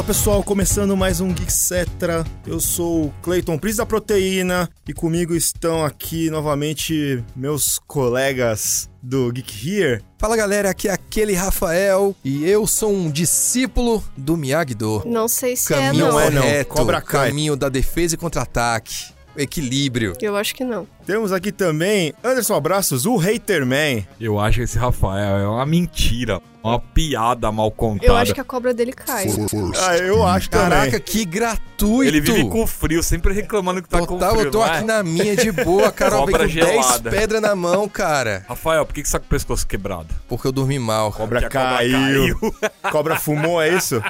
pessoal, começando mais um Geek Cetra. Eu sou o Clayton, Príncipe da Proteína, e comigo estão aqui novamente meus colegas do Geek Here. Fala galera, aqui é aquele Rafael e eu sou um discípulo do Miyagi-Do. Não sei se Caminho não. Não é não, correto, Cobra Kai. Caminho da defesa e contra-ataque, equilíbrio. Eu acho que não. Temos aqui também Anderson Abraços, o Haterman. Eu acho que esse Rafael é uma mentira, uma piada mal contada. Eu acho que a cobra dele cai. Eu acho também. Caraca, que gratuito! Ele vive com frio, sempre reclamando que tá com Total, frio, eu tô não aqui é? na minha de boa, Carol, vem Cobra com 10 gelada. pedras na mão, cara. Rafael, por que você tá com o pescoço quebrado? Porque eu dormi mal. Cobra Porque a cobra caiu. caiu. Cobra fumou, é isso?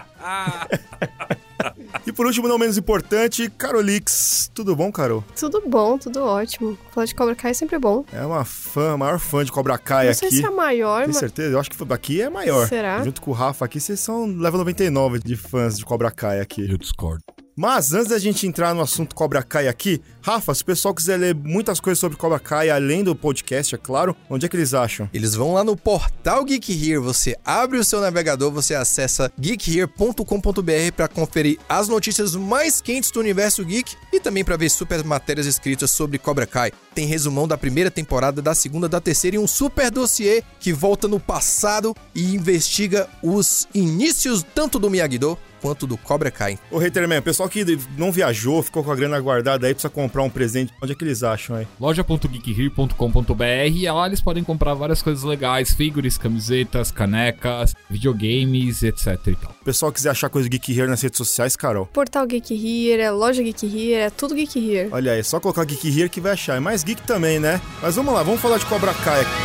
E por último, não menos importante, Carolix. Tudo bom, Carol? Tudo bom, tudo ótimo. Falar de Cobra Kai é sempre bom. É uma fã, maior fã de Cobra Kai Não aqui. sei se é a maior, Tem mas... certeza? Eu acho que aqui é maior. Será? Junto com o Rafa aqui, vocês são level 99 de fãs de Cobra Kai aqui. Eu discordo. Mas antes da gente entrar no assunto Cobra Kai aqui, Rafa, se o pessoal quiser ler muitas coisas sobre Cobra Kai, além do podcast, é claro, onde é que eles acham? Eles vão lá no portal Geek Here, você abre o seu navegador, você acessa geekhere.com.br para conferir as notícias mais quentes do universo geek e também para ver super matérias escritas sobre Cobra Kai. Tem resumão da primeira temporada, da segunda, da terceira e um super dossiê que volta no passado e investiga os inícios tanto do Miyagi-Do quanto do Cobra Kai. Ô, Haterman, o pessoal que não viajou, ficou com a grana guardada aí, precisa comprar um presente, onde é que eles acham aí? loja.geekhere.com.br e lá eles podem comprar várias coisas legais, figures, camisetas, canecas, videogames, etc e tal. O pessoal quiser achar coisa do Geek Here nas redes sociais, Carol, Portal Geek Here, é loja Geek Here, é tudo Geek Here. olha aí, é só colocar Geek Here que vai achar. É mais geek também, né? Mas vamos lá, vamos falar de Cobra Kai aqui.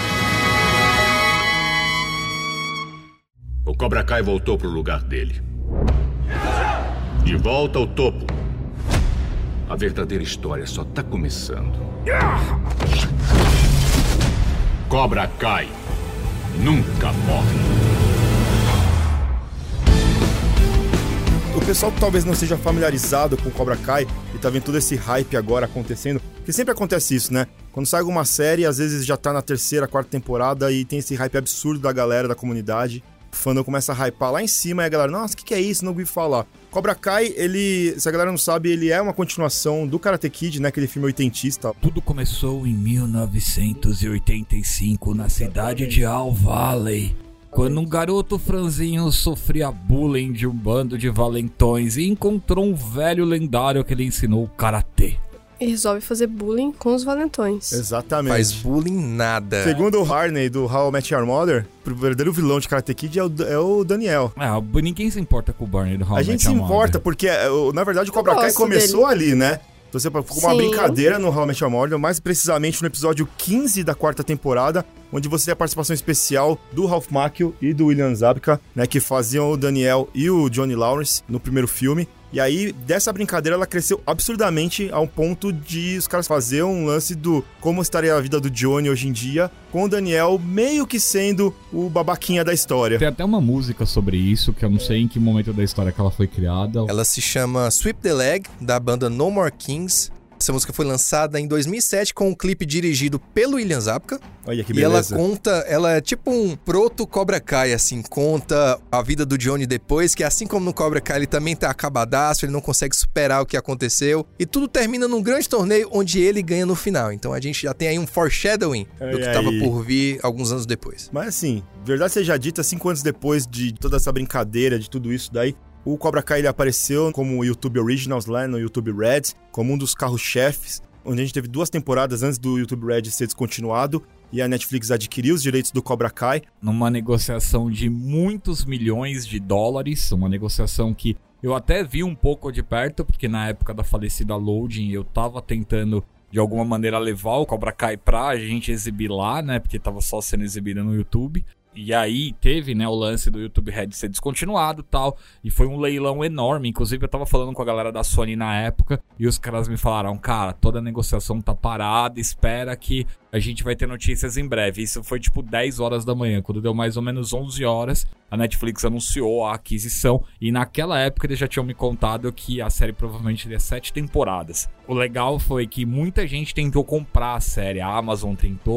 O Cobra Kai voltou pro lugar dele. De volta ao topo. A verdadeira história só tá começando. Cobra Kai nunca morre. O pessoal que talvez não seja familiarizado com Cobra Kai e tá vendo todo esse hype agora acontecendo, porque sempre acontece isso, né? Quando sai alguma série, às vezes já tá na terceira, quarta temporada e tem esse hype absurdo da galera, da comunidade. O fandom começa a hypar lá em cima e a galera, nossa, o que é isso? Não ouvi falar. Cobra Kai, ele, se a galera não sabe, ele é uma continuação do Karate Kid, né? Aquele filme oitentista. Tudo começou em 1985 na cidade de All Valley, quando um garoto franzinho sofria bullying de um bando de valentões e encontrou um velho lendário que lhe ensinou karatê. E resolve fazer bullying com os valentões. Exatamente. Faz bullying nada. Segundo o Harney, do How I Met Your Mother, o verdadeiro vilão de Karate Kid é o Daniel. Ninguém se importa com o Barney do How I A gente Met se Your importa Mother. porque, na verdade, o Cobra Kai gosto começou ali, né? Então você ficou uma Sim. brincadeira no How I Met Your Mother, mais precisamente no episódio 15 da quarta temporada, onde você tem a participação especial do Ralph Macchio e do William Zabka, né, que faziam o Daniel e o Johnny Lawrence no primeiro filme. E aí, dessa brincadeira, ela cresceu absurdamente ao ponto de os caras fazerem um lance do como estaria a vida do Johnny hoje em dia, com o Daniel meio que sendo o babaquinha da história. Tem até uma música sobre isso, que eu não sei em que momento da história que ela foi criada. Ela se chama Sweep the Leg, da banda No More Kings. Essa música foi lançada em 2007 com um clipe dirigido pelo William Zabka. Olha que E beleza. ela é tipo um proto Cobra Kai, assim, conta a vida do Johnny depois, que assim como no Cobra Kai ele também tá acabadaço, ele não consegue superar o que aconteceu. E tudo termina num grande torneio onde ele ganha no final. Então a gente já tem aí um foreshadowing do que tava por vir alguns anos depois. Mas assim, verdade seja dita, 5 anos depois de toda essa brincadeira, de tudo isso daí, o Cobra Kai ele apareceu como YouTube Originals lá no YouTube Red, como um dos carros-chefes, onde a gente teve 2 temporadas antes do YouTube Red ser descontinuado, e a Netflix adquiriu os direitos do Cobra Kai. Numa negociação de muitos milhões de dólares, uma negociação que eu até vi um pouco de perto, porque na época da falecida Loading eu tava tentando de alguma maneira levar o Cobra Kai pra gente exibir lá, né, porque tava só sendo exibido no YouTube. E aí teve, né, o lance do YouTube Red ser descontinuado e tal, e foi um leilão enorme. Inclusive eu tava falando com a galera da Sony na época, e os caras me falaram, cara, toda a negociação tá parada, espera que a gente vai ter notícias em breve. Isso foi tipo 10 horas da manhã, quando deu mais ou menos 11 horas, a Netflix anunciou a aquisição, e naquela época eles já tinham me contado que a série provavelmente teria 7 temporadas. O legal foi que muita gente tentou comprar a série, a Amazon tentou,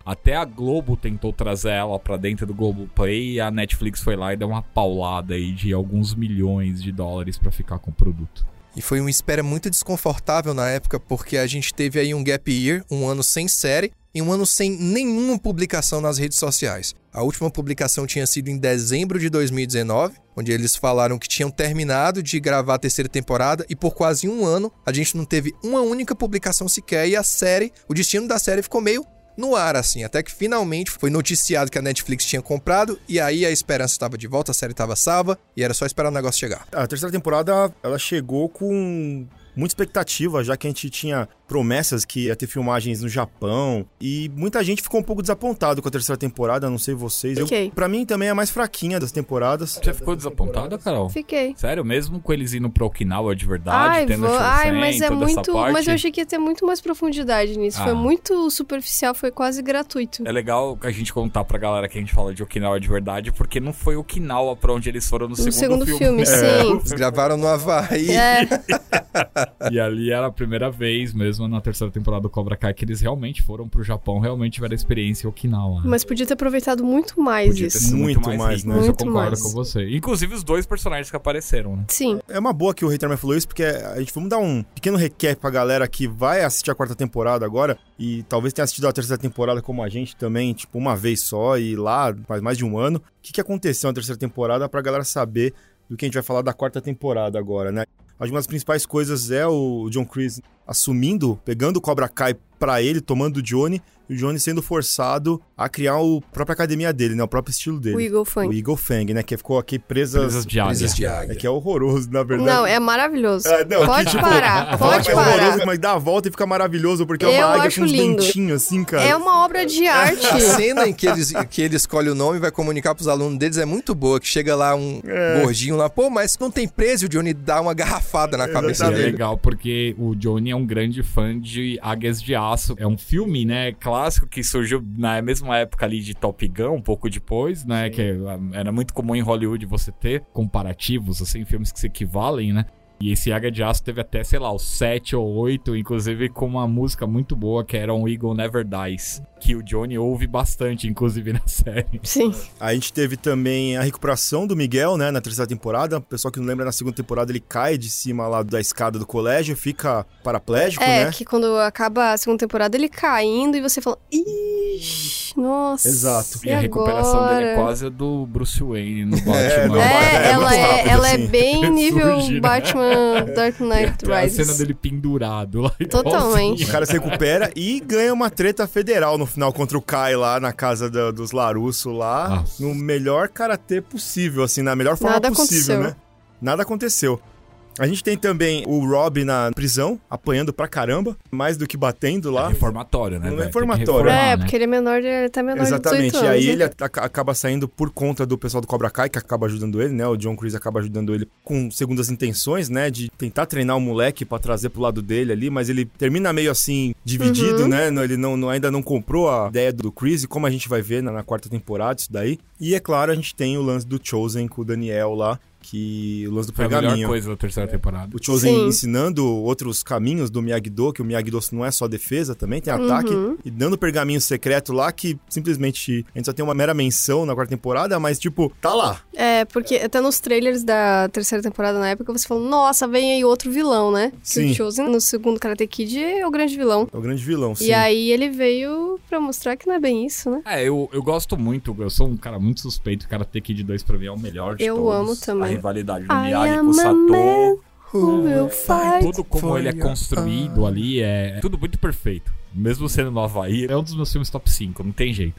Até a Globo tentou trazer ela pra dentro do Globoplay e a Netflix foi lá e deu uma paulada aí de alguns milhões de dólares pra ficar com o produto. E foi uma espera muito desconfortável na época, porque a gente teve aí um gap year, um ano sem série e um ano sem nenhuma publicação nas redes sociais. A última publicação tinha sido em dezembro de 2019, onde eles falaram que tinham terminado de gravar a terceira temporada e por quase um ano a gente não teve uma única publicação sequer e a série, o destino da série ficou meio no ar, assim, até que finalmente foi noticiado que a Netflix tinha comprado e aí a esperança estava de volta, a série estava salva e era só esperar o negócio chegar. A terceira temporada, ela chegou com muita expectativa, já que a gente tinha promessas que ia ter filmagens no Japão e muita gente ficou um pouco desapontado com a terceira temporada, não sei vocês. Fiquei. Pra mim também é a mais fraquinha das temporadas. Você ficou desapontada, Carol? Fiquei. Sério, mesmo com eles indo pra Okinawa de verdade, tendo Shōsen, mas é toda essa muito. parte? Mas eu achei que ia ter muito mais profundidade nisso. Foi muito superficial, foi quase gratuito. É legal a gente contar pra galera que a gente fala de Okinawa de verdade, porque não foi Okinawa pra onde eles foram no segundo filme. Sim. Eles gravaram no Havaí. E ali era a primeira vez mesmo na terceira temporada do Cobra Kai que eles realmente foram pro Japão, realmente tiveram a experiência em Okinawa. Mas podia ter aproveitado muito mais Podia ter isso. sido Muito mais mais, rico, né? isso eu Muito concordo mais. com você. Inclusive os dois personagens que apareceram, né? Sim. É uma boa que o Haterman falou isso, porque a gente vamos dar um pequeno recap pra galera que vai assistir a quarta temporada agora e talvez tenha assistido a terceira temporada como a gente também, tipo, uma vez só e lá faz mais de um ano. O que aconteceu na terceira temporada pra galera saber do que a gente vai falar da quarta temporada agora, né? Acho que uma das principais coisas é o John Kreese assumindo, pegando o Cobra Kai pra ele, tomando o Johnny, e o Johnny sendo forçado a criar a própria academia dele, né? O próprio estilo dele. O Eagle Fang. O Eagle Fang, né? Que ficou aqui presas de águia. Presas de águia. É que é horroroso, na verdade. Não, é maravilhoso. Não, Pode que, tipo, parar, fala pode que é parar. horroroso, mas dá a volta e fica maravilhoso, porque é Eu uma águia acho com uns lindo. dentinhos, assim, cara. É uma obra de arte. A cena em que ele escolhe o nome e vai comunicar pros alunos deles é muito boa, que chega lá um gordinho lá, pô, mas não tem preso, o Johnny dá uma garrafada na cabeça E é dele. legal porque o Johnny é um grande fã de Águias de Aço. É um filme, né, clássico que surgiu na mesma época ali de Top Gun, um pouco depois, né, que era muito comum em Hollywood você ter comparativos, assim, filmes que se equivalem, né. E esse Águia de Aço teve até, sei lá, os 7 ou 8, inclusive com uma música muito boa que era um Eagle Never Dies, que o Johnny ouve bastante, inclusive na série. Sim. A gente teve também a recuperação do Miguel, né, na terceira temporada. O pessoal que não lembra, na segunda temporada ele cai de cima lá da escada do colégio, fica paraplégico, né? Que quando acaba a segunda temporada ele caindo e você fala, ixi, nossa. Exato. E a recuperação agora? dele é quase a do Bruce Wayne no Batman. Ela é assim. bem nível Surge, né? Batman Dark Knight Tem a Rises. cena dele pendurado lá. Totalmente. O cara se recupera e ganha uma treta federal no final contra o Kai lá na casa dos Larusso lá. Nossa. No melhor karatê possível, assim, na melhor forma Nada possível, aconteceu. né? Nada aconteceu. A gente tem também o Rob na prisão, apanhando pra caramba, mais do que batendo lá. Reformatório, né? No velho? reformatório. Tem que reformar, né? Porque ele é menor, ele tá menor Exatamente, de 18 e anos. aí né? ele acaba saindo por conta do pessoal do Cobra Kai, que acaba ajudando ele, né? O John Kreese acaba ajudando ele com segundas intenções, né? De tentar treinar o moleque pra trazer pro lado dele ali, mas ele termina meio assim, dividido, né? Ele ainda não comprou a ideia do Kreese, como a gente vai ver na quarta temporada, isso daí. E é claro, a gente tem o lance do Chosen com o Daniel lá, que o lance do Foi a melhor pergaminho. coisa da terceira temporada. O Chosen Sim. ensinando outros caminhos do Miyagi-Do, que o Miyagi-Do não é só defesa, também tem ataque. E dando pergaminho secreto lá, que simplesmente a gente só tem uma mera menção na quarta temporada, mas tipo, tá lá. É, porque até nos trailers da terceira temporada na época você falou, nossa, vem aí outro vilão, né? Que Sim. o Chosen no segundo Karate Kid é o grande vilão. É o grande vilão, sim. E aí ele veio pra mostrar que não é bem isso, né? Eu gosto muito, eu sou um cara muito suspeito. O Karate Kid 2 pra mim é o melhor de Eu todos. amo também. A rivalidade do I Miyagi am com o a Sato. man who will fight. Tudo como ele é construído ali é tudo muito perfeito. Mesmo sendo no Havaí, é um dos meus filmes top 5, não tem jeito.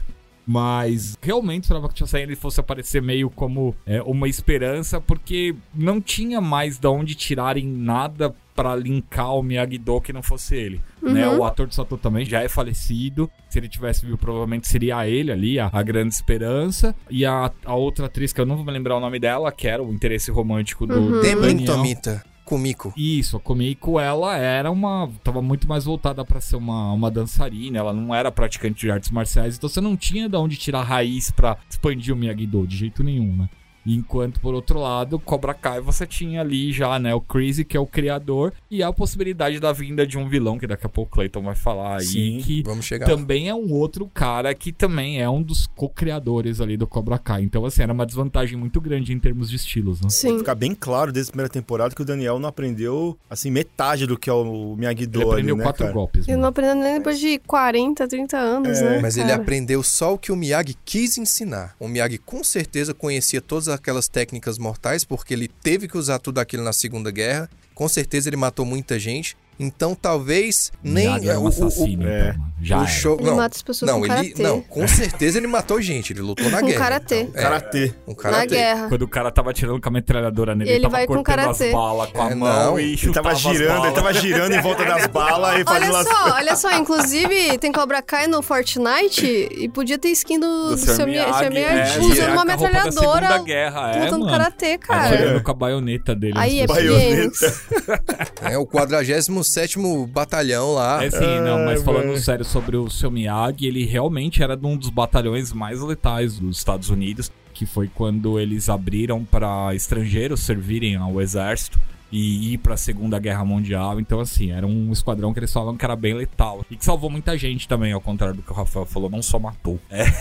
Mas realmente esperava que o Chosen ele fosse aparecer meio como uma esperança, porque não tinha mais de onde tirarem nada pra linkar o Miyagi-Do que não fosse ele. Né? O ator de Sato também já é falecido. Se ele tivesse vivo, provavelmente seria ele ali, a grande esperança. E a outra atriz, que eu não vou me lembrar o nome dela, que era o interesse romântico do Demlin Daniel. Tomita, Kumiko. Isso, a Kumiko, ela era tava muito mais voltada pra ser uma dançarina, ela não era praticante de artes marciais, então você não tinha de onde tirar a raiz pra expandir o Miyagi-Do, de jeito nenhum, né? Enquanto, por outro lado, Cobra Kai você tinha ali já, né, o Crazy, que é o criador, e a possibilidade da vinda de um vilão, que daqui a pouco o Clayton vai falar aí, Sim, que vamos chegar também é um outro cara que também é um dos co-criadores ali do Cobra Kai. Então, assim, era uma desvantagem muito grande em termos de estilos, né? Sim. Fica bem claro desde a primeira temporada que o Daniel não aprendeu, assim, metade do que é o Miyagi-Do Ele aprendeu ali, né, 4 cara? golpes. Ele não Mano. aprendeu nem depois de 40, 30 anos, né? Mas ele cara? aprendeu só o que o Miyagi quis ensinar. O Miyagi com certeza conhecia todas aquelas técnicas mortais, porque ele teve que usar tudo aquilo na Segunda Guerra. Com certeza ele matou muita gente. Então talvez nem Miyagi é um assassino, então, mano. Já era. show. Ele mata as pessoas com karatê. Não, com certeza ele matou gente. Ele lutou na Com guerra. karatê. Então, Karatê. um Na karatê. guerra. Quando o cara tava atirando com a metralhadora nele, Ele ele tava vai com cortando karatê. as balas com a É, mão não. e Ele chutava tava girando em volta das balas e fazendo Olha só, inclusive tem Cobra Kai no Fortnite e podia ter skin do seu Miyagi usando uma metralhadora Segunda Guerra, lutando karatê, cara. Atirando com a baioneta dele. Aí é Baioneta. Games. O 47º batalhão lá. É sim, não, mas falando sério sobre o seu Miyagi, ele realmente era um dos batalhões mais letais dos Estados Unidos, que foi quando eles abriram para estrangeiros servirem ao exército e ir pra Segunda Guerra Mundial. Então, assim, era um esquadrão que eles falavam que era bem letal. E que salvou muita gente também, ao contrário do que o Rafael falou, não só matou.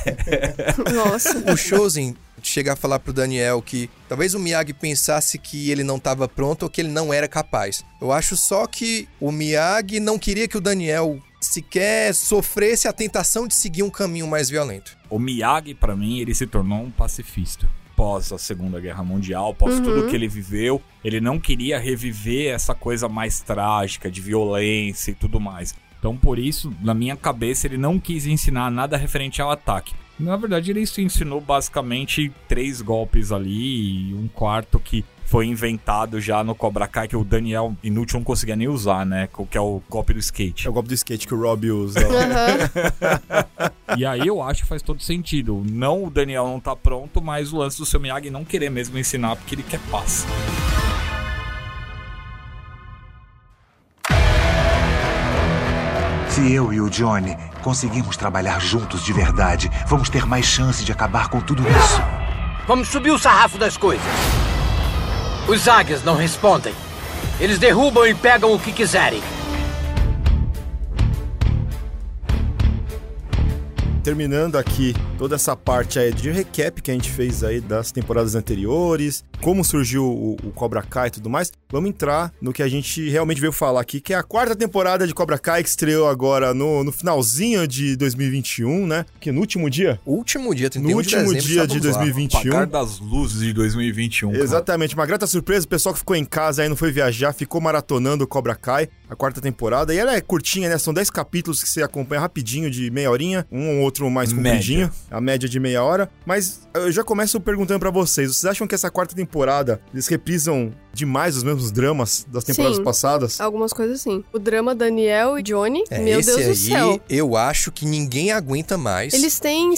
Nossa. O Chosen chega a falar pro Daniel que talvez o Miyagi pensasse que ele não estava pronto ou que ele não era capaz. Eu acho só que o Miyagi não queria que o Daniel sequer sofresse a tentação de seguir um caminho mais violento. O Miyagi, pra mim, ele se tornou um pacifista. Pós a Segunda Guerra Mundial, após tudo que ele viveu, ele não queria reviver essa coisa mais trágica, de violência e tudo mais. Então, por isso, na minha cabeça, ele não quis ensinar nada referente ao ataque. Na verdade, ele ensinou basicamente 3 golpes ali e um quarto que foi inventado já no Cobra Kai, que o Daniel Inútil não conseguia nem usar, né? Que é o golpe do skate. É o golpe do skate que o Rob usa. E aí eu acho que faz todo sentido. Não, o Daniel não tá pronto, mas o lance do seu Miyagi não querer mesmo ensinar porque ele quer paz. Se eu e o Johnny conseguirmos trabalhar juntos de verdade, vamos ter mais chance de acabar com tudo isso. Vamos subir o sarrafo das coisas. Os águias não respondem. Eles derrubam e pegam o que quiserem. Terminando aqui toda essa parte aí de recap que a gente fez aí das temporadas anteriores, como surgiu o Cobra Kai e tudo mais, vamos entrar no que a gente realmente veio falar aqui, que é a 4ª temporada de Cobra Kai, que estreou agora no finalzinho de 2021, né? Que no último dia? Último dia, 31 No de último dezembro, dia de estávamos lá. 2021. Apagar das luzes de 2021. cara. Exatamente, uma grata surpresa, o pessoal que ficou em casa aí, não foi viajar, ficou maratonando o Cobra Kai, a 4ª temporada, e ela é curtinha, né? São 10 capítulos que você acompanha rapidinho, de meia horinha, um ou outro mais compridinho, a média de meia hora, mas eu já começo perguntando pra vocês acham que essa 4ª temporada, eles reprisam demais os mesmos dramas das temporadas passadas? Algumas coisas sim. O drama Daniel e Johnny, meu esse Deus do céu. Eu acho que ninguém aguenta mais. Eles têm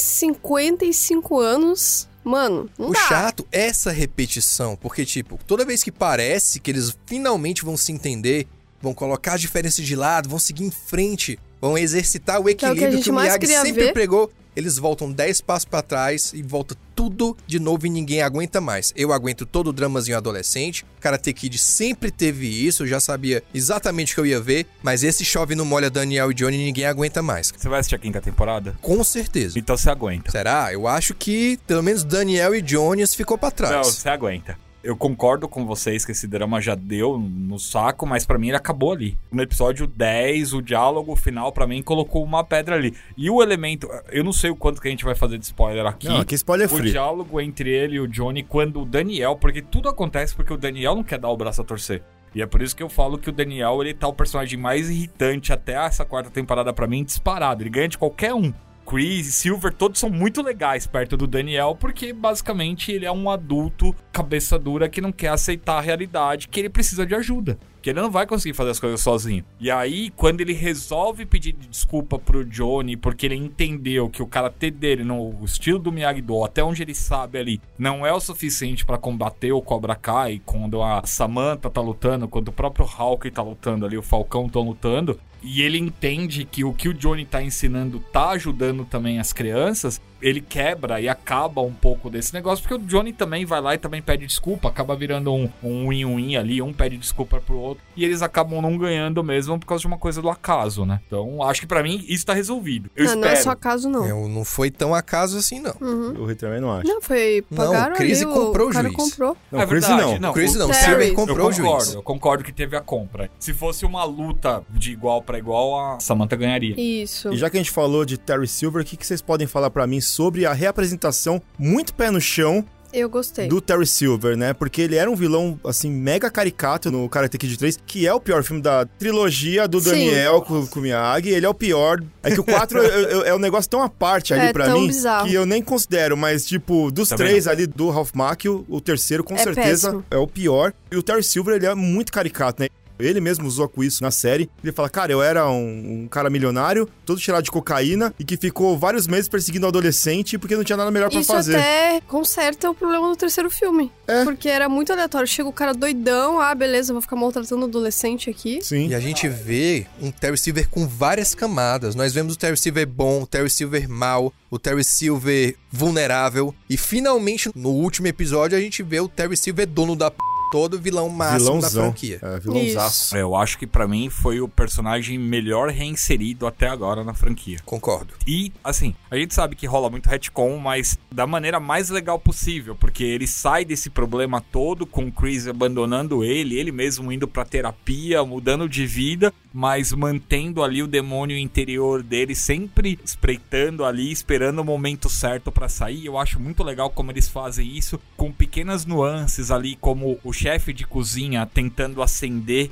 55 anos... Mano, não O dá. chato é essa repetição, porque, tipo, toda vez que parece que eles finalmente vão se entender, vão colocar as diferenças de lado, vão seguir em frente, vão exercitar o equilíbrio que o Miyagi sempre pregou, eles voltam 10 passos pra trás e volta tudo de novo e ninguém aguenta mais. Eu aguento todo o dramazinho adolescente, Karate Kid sempre teve isso, eu já sabia exatamente o que eu ia ver, mas esse chove no molha Daniel e Johnny ninguém aguenta mais. Você vai assistir a 5ª temporada? Com certeza. Então você aguenta. Será? Eu acho que pelo menos Daniel e Johnny ficou pra trás. Não, você aguenta. Eu concordo com vocês que esse drama já deu no saco, mas pra mim ele acabou ali. No episódio 10, o diálogo final pra mim colocou uma pedra ali. E o elemento, eu não sei o quanto que a gente vai fazer de spoiler aqui. Não, aqui spoiler free. O diálogo entre ele e o Johnny quando o Daniel, porque tudo acontece porque o Daniel não quer dar o braço a torcer. E é por isso que eu falo que o Daniel, ele tá o personagem mais irritante até essa 4ª temporada pra mim, disparado. Ele ganha de qualquer um. Chris e Silver, todos são muito legais perto do Daniel, porque basicamente ele é um adulto cabeça dura que não quer aceitar a realidade, que ele precisa de ajuda, que ele não vai conseguir fazer as coisas sozinho. E aí, quando ele resolve pedir desculpa pro Johnny, porque ele entendeu que o karatê dele, no estilo do Miyagi-Do, até onde ele sabe ali, não é o suficiente pra combater o Cobra Kai, quando a Samantha tá lutando, quando o próprio Hawkeye tá lutando ali, o Falcão tão lutando, e ele entende que o Johnny tá ensinando tá ajudando também as crianças, ele quebra e acaba um pouco desse negócio, porque o Johnny também vai lá e também pede desculpa, acaba virando um win-win ali, um pede desculpa pro outro, e eles acabam não ganhando mesmo por causa de uma coisa do acaso, né? Então, acho que pra mim isso tá resolvido. Eu espero. Não é só acaso, não. Não foi tão acaso assim, não. O Rui também não acha. Não, foi... Pagaram o Chris comprou o cara juiz. comprou. Não, o Chris não. O Chris não, o Silver comprou o juiz. Eu concordo que teve a compra. Se fosse uma luta de igual pra igual, a Samantha ganharia. Isso. E já que a gente falou de Terry Silver, o que vocês podem falar pra mim sobre a reapresentação muito pé no chão Eu gostei. do Terry Silver, né? Porque ele era um vilão, assim, mega caricato no Karate Kid 3, que é o pior filme da trilogia do Daniel com o Miyagi. Ele é o pior. É que o 4 é um negócio tão à parte ali pra mim, bizarro, que eu nem considero, mas, tipo, dos três ali do Ralph Macchio, o terceiro, com certeza, péssimo, é o pior. E o Terry Silver, ele é muito caricato, né? Ele mesmo usou com isso na série. Ele fala, cara, eu era um cara milionário, todo cheirado de cocaína, e que ficou vários meses perseguindo um adolescente porque não tinha nada melhor pra fazer. Isso até conserta o problema do terceiro filme. Porque era muito aleatório. Chega o cara doidão, beleza, vou ficar maltratando adolescente aqui. Sim. E a gente vê um Terry Silver com várias camadas. Nós vemos o Terry Silver bom, o Terry Silver mal, o Terry Silver vulnerável. E finalmente, no último episódio, a gente vê o Terry Silver dono da todo vilão máximo da franquia. Vilãozaço. Eu acho que pra mim foi o personagem melhor reinserido até agora na franquia. Concordo. E, assim, a gente sabe que rola muito retcon, mas da maneira mais legal possível, porque ele sai desse problema todo com o Chris abandonando ele mesmo indo pra terapia, mudando de vida, mas mantendo ali o demônio interior dele sempre espreitando ali, esperando o momento certo pra sair. Eu acho muito legal como eles fazem isso, com pequenas nuances ali, como o chefe de cozinha tentando acender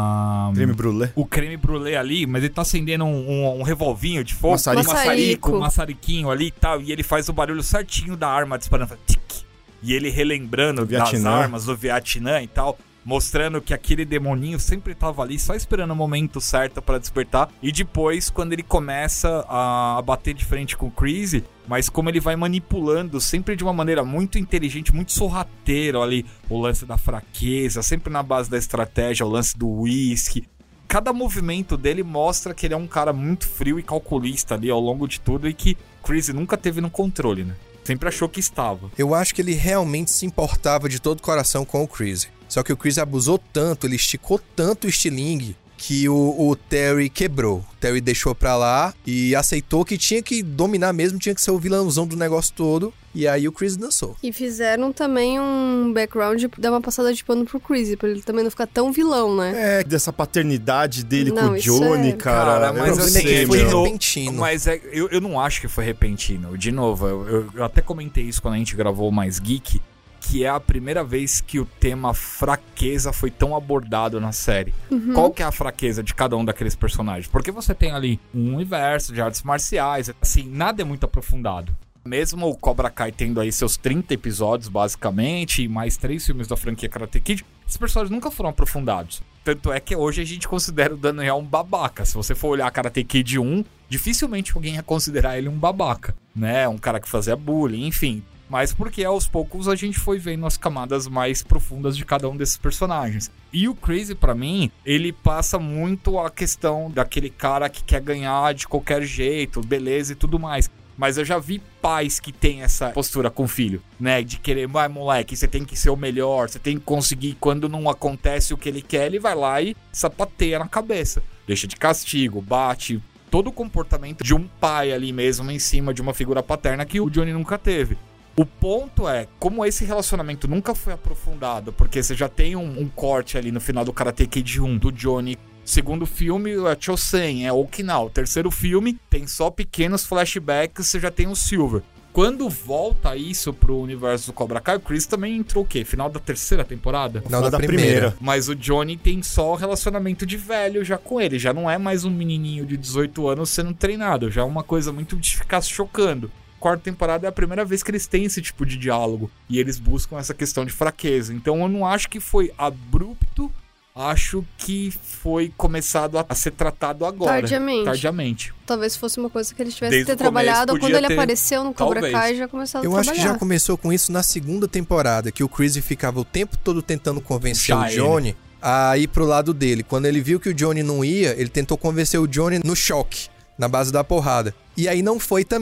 o creme brulee ali, mas ele tá acendendo um revolvinho de fogo, um maçariquinho ali e tal, e ele faz o barulho certinho da arma disparando, tic, e ele relembrando das armas do Vietnã e tal, mostrando que aquele demoninho sempre tava ali só esperando o momento certo pra despertar. E depois, quando ele começa a bater de frente com o Chris, mas como ele vai manipulando sempre de uma maneira muito inteligente, muito sorrateiro ali, o lance da fraqueza, sempre na base da estratégia, o lance do whisky. Cada movimento dele mostra que ele é um cara muito frio e calculista ali ao longo de tudo, e que Chris nunca teve no controle, né? Sempre achou que estava. Eu acho que ele realmente se importava de todo o coração com o Chris. Só que o Chris abusou tanto, ele esticou tanto o estilingue, que o Terry quebrou. O Terry deixou pra lá e aceitou que tinha que dominar mesmo, tinha que ser o vilãozão do negócio todo. E aí o Chris dançou. E fizeram também um background, dar uma passada de pano pro Chris, pra ele também não ficar tão vilão, né? É, dessa paternidade dele com o Johnny, cara. Mas assim, foi repentino. Mas eu não acho que foi repentino. De novo, eu até comentei isso quando a gente gravou o Mais Geek, que é a primeira vez que o tema fraqueza foi tão abordado na série. Qual que é a fraqueza de cada um daqueles personagens? Porque você tem ali um universo de artes marciais, assim, nada é muito aprofundado. Mesmo o Cobra Kai tendo aí seus 30 episódios, basicamente, e mais 3 filmes da franquia Karate Kid, esses personagens nunca foram aprofundados. Tanto é que hoje a gente considera o Daniel um babaca. Se você for olhar Karate Kid 1, dificilmente alguém ia considerar ele um babaca, né? Um cara que fazia bullying, enfim. Mas porque aos poucos a gente foi vendo as camadas mais profundas de cada um desses personagens. E o Chris, pra mim, ele passa muito a questão daquele cara que quer ganhar de qualquer jeito, beleza e tudo mais. Mas eu já vi pais que têm essa postura com o filho, né? De querer, vai moleque, você tem que ser o melhor, você tem que conseguir. Quando não acontece o que ele quer, ele vai lá e sapateia na cabeça. Deixa de castigo, bate. Todo o comportamento de um pai ali mesmo em cima de uma figura paterna que o Johnny nunca teve. O ponto é, como esse relacionamento nunca foi aprofundado, porque você já tem um corte ali no final do Karate Kid 1, do Johnny. Segundo filme é Chosen, é Okinawa. Terceiro filme tem só pequenos flashbacks, você já tem o Silver. Quando volta isso pro universo do Cobra Kai, o Chris também entrou o quê? Final da terceira temporada? Final da primeira. Mas o Johnny tem só o relacionamento de velho já com ele. Já não é mais um menininho de 18 anos sendo treinado. Já é uma coisa muito de ficar se chocando. Quarta temporada é a primeira vez que eles têm esse tipo de diálogo. E eles buscam essa questão de fraqueza. Então eu não acho que foi abrupto. Acho que foi começado a ser tratado agora. Tardiamente. Talvez fosse uma coisa que eles tivessem que ter trabalhado. Ou quando ele apareceu no Cobra Kai, já começaram a trabalhar. Eu acho que já começou com isso na segunda temporada, que o Chris ficava o tempo todo tentando convencer o Johnny a ir pro lado dele. Quando ele viu que o Johnny não ia, ele tentou convencer o Johnny no choque, na base da porrada. E aí não foi também.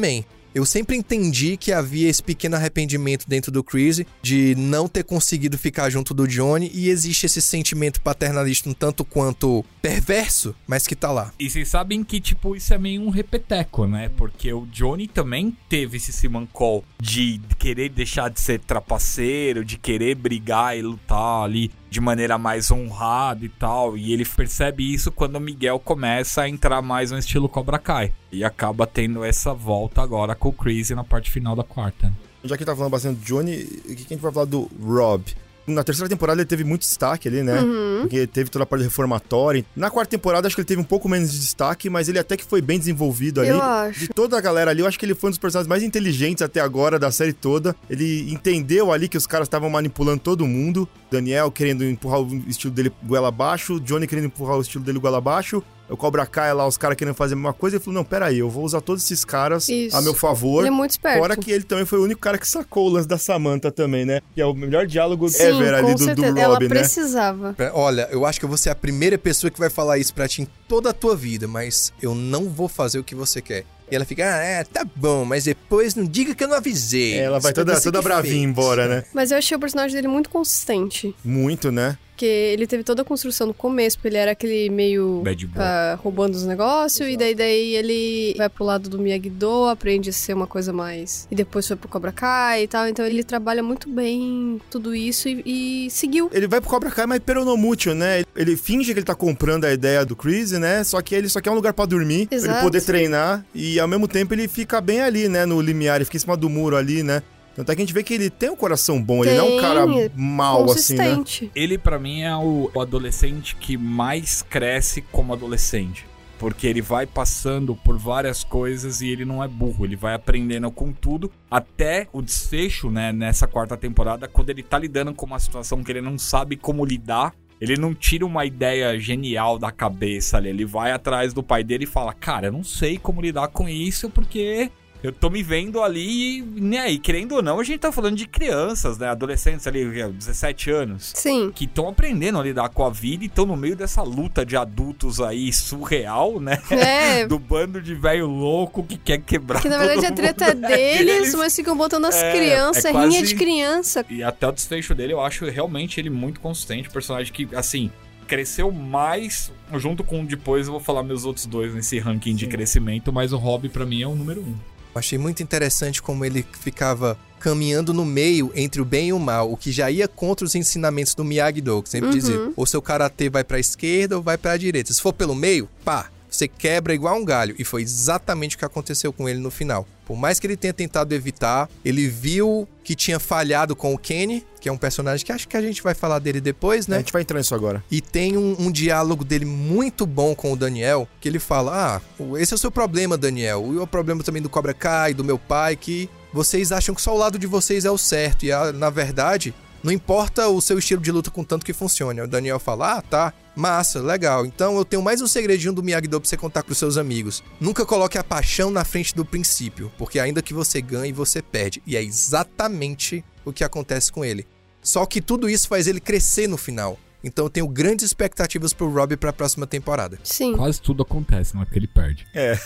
Eu sempre entendi que havia esse pequeno arrependimento dentro do Chris de não ter conseguido ficar junto do Johnny, e existe esse sentimento paternalista um tanto quanto perverso, mas que tá lá. E vocês sabem que, tipo, isso é meio um repeteco, né? Porque o Johnny também teve esse simancol de querer deixar de ser trapaceiro, de querer brigar e lutar ali de maneira mais honrada e tal. E ele percebe isso quando o Miguel começa a entrar mais no estilo Cobra Kai. E acaba tendo essa volta agora com o Chris na parte final da quarta. Já que a gente tá falando bastante do Johnny, o que a gente vai falar do Rob? Na terceira temporada ele teve muito destaque ali, né? Porque teve toda a parte reformatória. Na quarta temporada acho que ele teve um pouco menos de destaque, mas ele até que foi bem desenvolvido ali. Eu acho. De toda a galera ali, eu acho que ele foi um dos personagens mais inteligentes até agora da série toda. Ele entendeu ali que os caras estavam manipulando todo mundo. Daniel querendo empurrar o estilo dele goela abaixo, Johnny querendo empurrar o estilo dele goela abaixo. O Cobra Kai lá, os caras querendo fazer a mesma coisa. Ele falou, não, peraí, eu vou usar todos esses caras a meu favor. Ele é muito esperto. Fora que ele também foi o único cara que sacou o lance da Samantha também, né? Que é o melhor diálogo ever ali do Rob, ela né? precisava. Olha, eu acho que eu vou ser a primeira pessoa que vai falar isso pra ti em toda a tua vida, mas eu não vou fazer o que você quer. E ela fica, tá bom, mas depois não diga que eu não avisei. Ela vai toda bravinha embora, né? Mas eu achei o personagem dele muito consistente. Muito, né? Porque ele teve toda a construção no começo, porque ele era aquele meio roubando os negócios, e daí ele vai pro lado do Miyagi-Do, aprende a ser uma coisa mais... E depois foi pro Cobra Kai e tal, então ele trabalha muito bem tudo isso e seguiu. Ele vai pro Cobra Kai, mas peronomútil, né? Ele finge que ele tá comprando a ideia do Chris, né? Só que ele só quer um lugar pra dormir, pra ele poder treinar, e ao mesmo tempo ele fica bem ali, né? No limiar, ele fica em cima do muro ali, né? Tanto é que a gente vê que ele tem um coração bom, ele não é um cara mau, assim, né? Ele, pra mim, é o adolescente que mais cresce como adolescente. Porque ele vai passando por várias coisas e ele não é burro. Ele vai aprendendo com tudo, até o desfecho, né, nessa quarta temporada, quando ele tá lidando com uma situação que ele não sabe como lidar. Ele não tira uma ideia genial da cabeça ali. Ele vai atrás do pai dele e fala, cara, eu não sei como lidar com isso, porque... eu tô me vendo ali, né, e querendo ou não, a gente tá falando de crianças, né, adolescentes ali, 17 anos. Sim. Que estão aprendendo a lidar com a vida e estão no meio dessa luta de adultos aí surreal, né? Do bando de velho louco que quer quebrar. Que na verdade a treta é deles, mas ficam botando as crianças, quase... rinha de criança. E até o desfecho dele, eu acho realmente ele muito consistente, personagem que, assim... cresceu mais, junto com depois eu vou falar meus outros dois nesse ranking de crescimento, mas o Rob pra mim é o número 1. Eu achei muito interessante como ele ficava caminhando no meio entre o bem e o mal, o que já ia contra os ensinamentos do Miyagi-Do, que sempre dizia, ou seu karatê vai pra esquerda ou vai pra direita. Se for pelo meio, você quebra igual um galho. E foi exatamente o que aconteceu com ele no final. Por mais que ele tenha tentado evitar, ele viu que tinha falhado com o Kenny, que é um personagem que acho que a gente vai falar dele depois, né? A gente vai entrar nisso agora. E tem um diálogo dele muito bom com o Daniel, que ele fala, esse é o seu problema, Daniel. E o problema também do Cobra Kai, do meu pai, que vocês acham que só o lado de vocês é o certo. E na verdade, não importa o seu estilo de luta contanto que funcione. O Daniel fala, tá, massa, legal. Então eu tenho mais um segredinho do Miyagi-Do pra você contar pros seus amigos. Nunca coloque a paixão na frente do princípio, porque ainda que você ganhe, você perde. E é exatamente o que acontece com ele. Só que tudo isso faz ele crescer no final. Então eu tenho grandes expectativas pro Rob pra próxima temporada. Sim. Quase tudo acontece, não é que ele perde.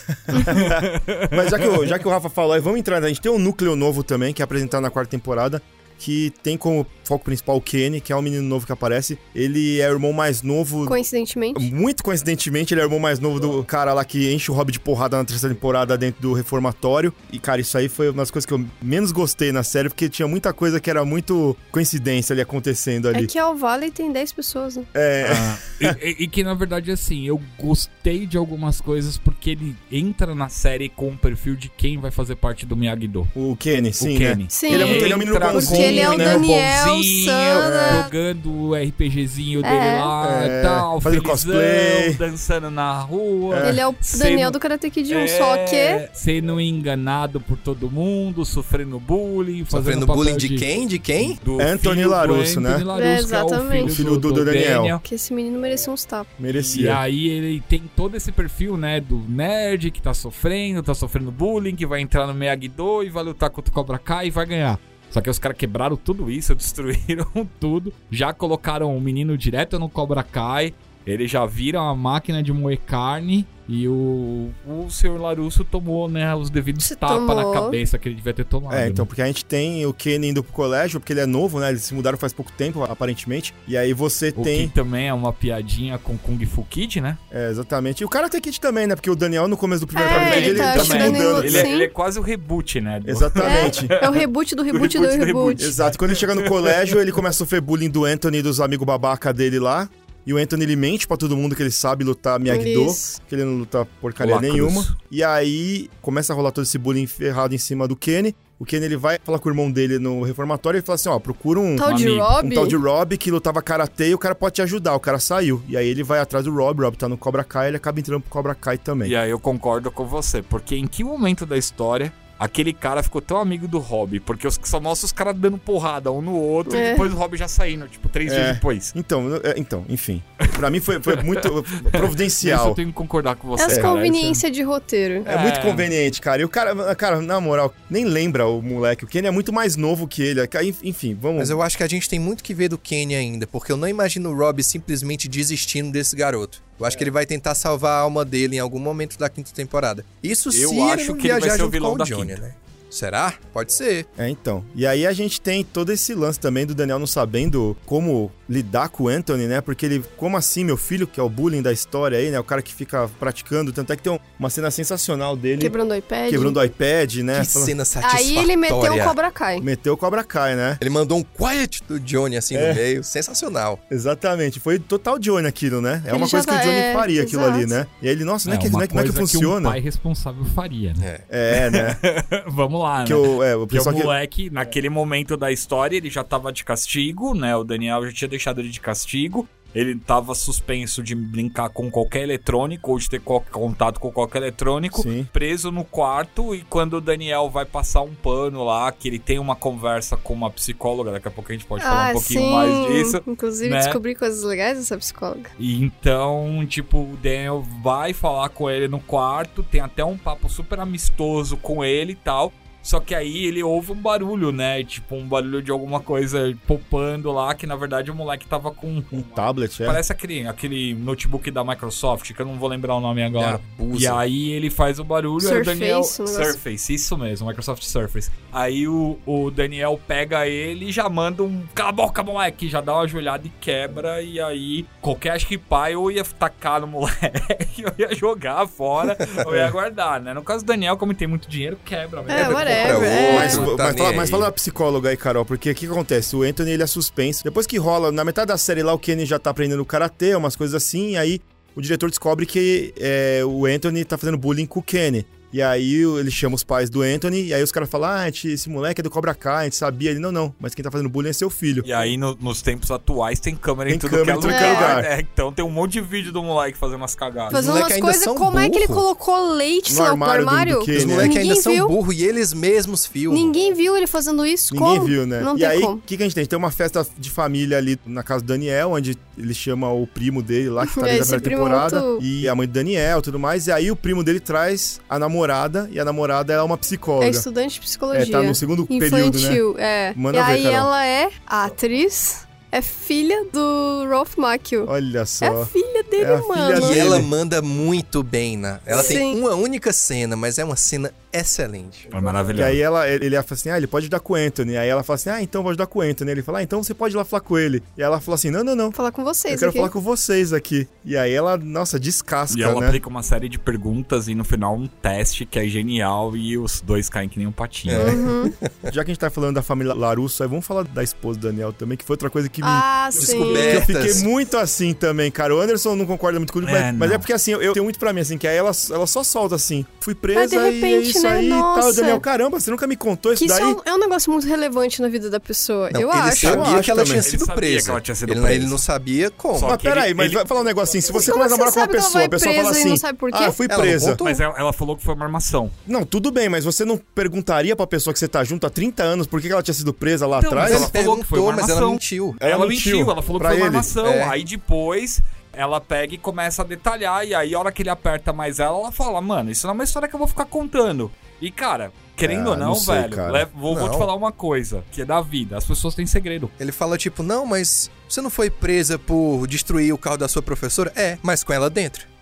Mas já que o Rafa falou, vamos entrar, a gente tem um núcleo novo também, que é apresentado na quarta temporada, que tem como foco principal o Kenny, que é um menino novo que aparece. Ele é o irmão mais novo... coincidentemente. Muito coincidentemente, ele é o irmão mais novo do cara lá que enche o Rob de porrada na terceira temporada dentro do reformatório. E, cara, isso aí foi uma das coisas que eu menos gostei na série, porque tinha muita coisa que era muito coincidência ali acontecendo ali. É que Al Valley tem 10 pessoas, né? E que, na verdade, assim, eu gostei de algumas coisas porque ele entra na série com um perfil de quem vai fazer parte do Miyagi-Do. O Kenny, sim, o Kenny. Né? Sim. Ele é um menino bonzinho, porque ele é o Daniel, Sana... jogando o RPGzinho dele lá e tal, fazendo felizão, cosplay, dançando na rua. Ele é o Daniel do Karate Kid 1, só que... sendo enganado por todo mundo, sofrendo bullying, sofrendo bullying de quem? De quem? Do Anthony LaRusso, né? Anthony LaRusso, exatamente. Que é o filho do Daniel. Que esse menino merecia uns tapas. Merecia. E aí ele tem todo esse perfil, né, do nerd que tá sofrendo bullying, que vai entrar no Miyagi-Do e vai lutar contra o Cobra Kai e vai ganhar. Só que os caras quebraram tudo isso, destruíram tudo, já colocaram o menino direto no Cobra Kai, ele já vira uma máquina de moer carne E o Sr. LaRusso tomou, né, os devidos tapas na cabeça que ele devia ter tomado. Então, porque a gente tem o Kenny indo pro colégio, porque ele é novo, né? Eles se mudaram faz pouco tempo, aparentemente. E aí você tem... O que também é uma piadinha com Kung Fu Kid, né? Exatamente. E o Karate Kid também, né? Porque o Daniel, no começo do primeiro capítulo, ele tá se mudando. Ele é quase o reboot, né? Exatamente. É o reboot do reboot do reboot. Exato. Quando ele chega no colégio, ele começa a sofrer bullying do Anthony e dos amigos babaca dele lá. E o Anthony, ele mente pra todo mundo que ele sabe lutar Miyagi-Do, que ele não luta porcaria nenhuma. E aí, começa a rolar todo esse bullying ferrado em cima do Kenny. O Kenny, ele vai falar com o irmão dele no reformatório e fala assim, procura um tal de Rob que lutava karatê e o cara pode te ajudar. O cara saiu. E aí ele vai atrás do Rob, o Rob tá no Cobra Kai, ele acaba entrando pro Cobra Kai também. E aí eu concordo com você, porque em que momento da história aquele cara ficou tão amigo do Rob? Porque só mostra os caras dando porrada um no outro e depois o Rob já saindo, 3 dias depois. Então, enfim. Pra mim foi muito providencial. Isso eu tenho que concordar com você. É as conveniências de roteiro. É muito conveniente, cara. E o cara, na moral, nem lembra o moleque. O Kenny é muito mais novo que ele. Enfim, vamos... Mas eu acho que a gente tem muito que ver do Kenny ainda, porque eu não imagino o Rob simplesmente desistindo desse garoto. Eu acho que ele vai tentar salvar a alma dele em algum momento da 5ª temporada. Isso se ele não viajar junto com o Johnny, né? Será? Pode ser. Então. E aí a gente tem todo esse lance também do Daniel não sabendo como lidar com o Anthony, né? Porque ele, como assim, meu filho, que é o bullying da história aí, né? O cara que fica praticando. Tanto é que tem uma cena sensacional dele. Quebrando o iPad, né? Que cena satisfatória. Aí ele meteu o Cobra Kai. Meteu o Cobra Kai, né? Ele mandou um quiet do Johnny assim no meio. Sensacional. Exatamente. Foi total Johnny aquilo, né? É uma coisa que o Johnny faria aquilo ali, né? E aí ele, nossa, não é que funciona. Que um pai responsável faria, né? Né? Vamos lá, né? Porque o moleque, naquele momento da história, ele já tava de castigo, né? O Daniel já tinha deixado ele de castigo. Ele tava suspenso de brincar com qualquer eletrônico ou de ter contato com qualquer eletrônico. Sim. Preso no quarto. E quando o Daniel vai passar um pano lá, que ele tem uma conversa com uma psicóloga, daqui a pouco a gente pode falar um pouquinho mais disso. Inclusive, né? Descobri coisas legais dessa psicóloga. E então, o Daniel vai falar com ele no quarto, tem até um papo super amistoso com ele e tal. Só que aí ele ouve um barulho, né? Um barulho de alguma coisa popando lá, que na verdade o moleque tava com... Um tablet, Parece aquele notebook da Microsoft, que eu não vou lembrar o nome agora. E aí ele faz o barulho, Surface, aí o Daniel... Surface, isso mesmo, Microsoft Surface. Aí o Daniel pega ele e já manda um... Cala a boca, moleque! Já dá uma joelhada e quebra, e aí qualquer, pai, ou ia tacar no moleque, ou ia jogar fora, ou ia guardar, né? No caso do Daniel, como ele tem muito dinheiro, quebra mesmo. Mas fala da psicóloga aí, Carol, porque o que acontece? O Anthony, ele é suspenso. Depois que rola, na metade da série lá, o Kenny já tá aprendendo karatê, umas coisas assim, e aí o diretor descobre que o Anthony tá fazendo bullying com o Kenny. E aí ele chama os pais do Anthony, e aí os caras falam, esse moleque é do Cobra Kai, a gente sabia. Ele, não, mas quem tá fazendo bullying é seu filho. E aí nos tempos atuais tem câmera em tudo que é lugar. Então tem um monte de vídeo do moleque fazendo umas cagadas. Fazendo umas coisas, como é que ele colocou leite no armário? Os moleques ainda são burros e eles mesmos filmam. Ninguém viu ele fazendo isso. Ninguém viu, né? Não e aí, o que a gente tem? Tem uma festa de família ali na casa do Daniel, onde ele chama o primo dele lá, que tá desde a primeira temporada, e a mãe do Daniel e tudo mais. E aí o primo dele traz a namorada, e a namorada ela é uma psicóloga. É estudante de psicologia. Tá no segundo período, né? Manda ver, Carol. Ela é atriz, é filha do Ralph Macchio. Olha só. É a filha dele, mano. E ela manda muito bem, né? Ela tem uma única cena, mas é uma cena excelente. É maravilhoso. E aí ele fala assim, ele pode ajudar com o Anthony. Aí ela fala assim, então eu vou ajudar com o Anthony. Ele fala, então você pode ir lá falar com ele. E ela fala assim, não. Falar com vocês aqui. Eu quero falar com vocês aqui. E aí ela, descasca, né? E ela aplica uma série de perguntas e no final um teste que é genial e os dois caem que nem um patinho. Já que a gente tá falando da família LaRusso, aí vamos falar da esposa do Daniel também, que foi outra coisa que me... descobertas. Que eu fiquei muito assim também, cara. O Anderson não concorda muito comigo, mas é porque assim, eu tenho muito pra mim, assim, que aí ela só solta assim, fui presa repente, e é isso, né? Aí e tal. Daniel, caramba, você nunca me contou isso daí? Isso é um negócio muito relevante na vida da pessoa. Não, eu ele acho. Sabia que ela também. tinha sido presa. Ele não sabia como. Mas peraí, vai falar um negócio assim, se você começa a namorar com uma pessoa, a pessoa fala assim, não sabe por quê? fui presa. Mas ela falou que foi uma armação. Não, tudo bem, mas você não perguntaria pra pessoa que você tá junto há 30 anos por que ela tinha sido presa lá atrás? Ela falou que foi uma armação. Mas ela mentiu. Ela mentiu, ela falou que foi uma armação. Aí depois... ela pega e começa a detalhar, e aí a hora que ele aperta mais ela fala, mano, isso não é uma história que eu vou ficar contando. E, cara, querendo ou não, velho, vou te falar uma coisa, que é da vida, as pessoas têm segredo. Ele fala tipo, não, mas você não foi presa por destruir o carro da sua professora? Mas com ela dentro.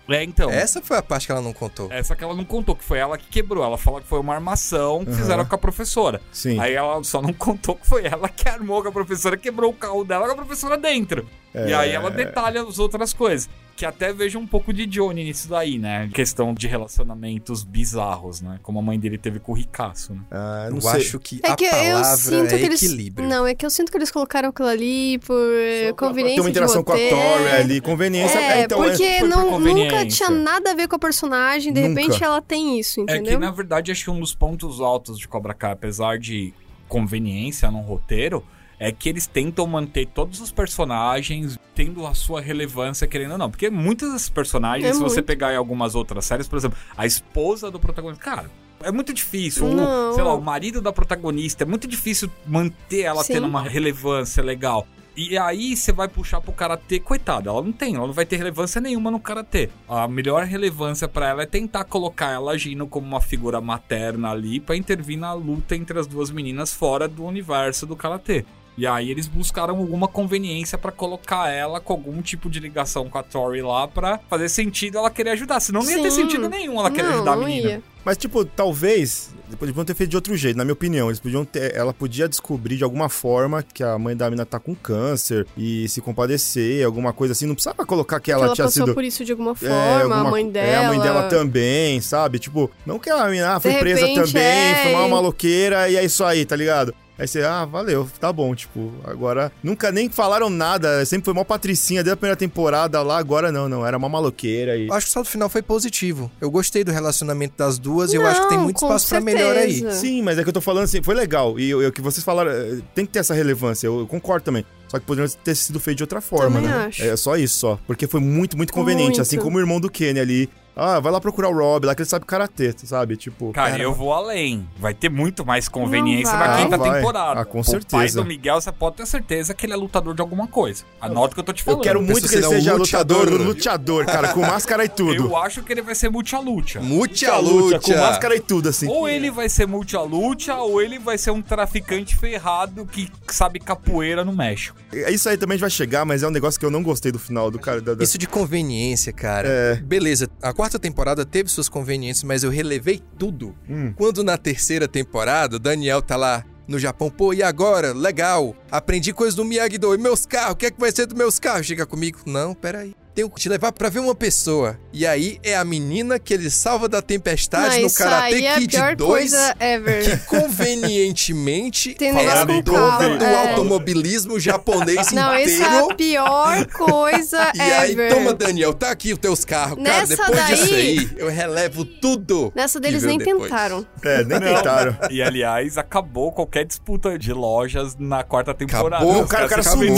Então. Essa foi a parte que ela não contou. Essa que ela não contou, que foi ela que quebrou. Ela falou que foi uma armação que fizeram com a professora. Sim. Aí ela só não contou que foi ela que armou com a professora, quebrou o carro dela com a professora dentro. E aí ela detalha as outras coisas. Que até vejo um pouco de Johnny nisso daí, né? Questão de relacionamentos bizarros, né? Como a mãe dele teve com o Ricasso, né? Eu acho que a que palavra é equilíbrio. Não, é que eu sinto que eles colocaram aquilo ali por conveniência. Tem uma interação de com a Tori ali, conveniência. Porque foi por nunca tinha nada a ver com a personagem, de repente ela tem isso, entendeu? É que, na verdade, acho que um dos pontos altos de Cobra Kai, apesar de conveniência no roteiro, é que eles tentam manter todos os personagens tendo a sua relevância, querendo ou não. Porque muitos desses personagens, se você pegar em algumas outras séries, por exemplo, a esposa do protagonista, cara, é muito difícil. O marido da protagonista, é muito difícil manter ela tendo uma relevância legal. E aí você vai puxar pro karatê, coitada, ela não vai ter relevância nenhuma no karatê. A melhor relevância pra ela é tentar colocar ela agindo como uma figura materna ali pra intervir na luta entre as duas meninas fora do universo do karatê. E aí eles buscaram alguma conveniência pra colocar ela com algum tipo de ligação com a Tori lá pra fazer sentido ela querer ajudar. Senão não ia ter sentido nenhum ela querer ajudar a menina. Ia. Mas, tipo, talvez... Eles podiam ter feito de outro jeito, na minha opinião. Ela podia descobrir de alguma forma que a mãe da menina tá com câncer e se compadecer, alguma coisa assim. Não precisava colocar que ela tinha passou sido... por isso de alguma forma, a mãe dela... a mãe dela também, sabe? Tipo, não que a menina foi presa também, foi uma maloqueira e é isso aí, tá ligado? Aí você, valeu, tá bom, tipo, agora... Nunca nem falaram nada, sempre foi mó patricinha desde a primeira temporada lá, agora não, era uma maloqueira e... Acho que o saldo final foi positivo. Eu gostei do relacionamento das duas e eu acho que tem muito espaço pra melhor aí. Sim, mas é que eu tô falando assim, foi legal, e o que vocês falaram, tem que ter essa relevância, eu concordo também. Só que poderia ter sido feito de outra forma, também né? Acho. É só isso, só. Porque foi muito, muito conveniente, assim como o irmão do Kenny ali. Vai lá procurar o Rob, lá que ele sabe karatê, sabe? Tipo... Cara, eu vou além. Vai ter muito mais conveniência na quinta temporada. Com certeza. O pai do Miguel, você pode ter certeza que ele é lutador de alguma coisa. Anota o que eu tô te falando. Eu quero muito que ele seja luteador, cara, com máscara e tudo. Eu acho que ele vai ser multi-lucha. Multi-lucha. Com máscara e tudo, assim. Ou ele vai ser multi-lucha, ou ele vai ser um traficante ferrado que sabe capoeira no México. Isso aí também vai chegar, mas é um negócio que eu não gostei do final do cara. Isso de conveniência, cara. Beleza, a quarta temporada teve suas conveniências, mas eu relevei tudo. Quando na terceira temporada, o Daniel tá lá no Japão, pô, e agora? Legal, aprendi coisas do Miyagi-Do. E meus carros? O que é que vai ser dos meus carros? Chega comigo. Não, peraí. Tenho que te levar pra ver uma pessoa. E aí é a menina que ele salva da tempestade no Karate Kid 2. Que convenientemente tem negócio com carro, do automobilismo japonês inteiro. Não, isso é a pior coisa E aí, toma, Daniel, tá aqui os teus carros. Cara, depois disso aí, eu relevo tudo. Nessa deles nem tentaram. Nem tentaram. E aliás, acabou qualquer disputa de lojas na quarta temporada. Acabou, o cara sumiu.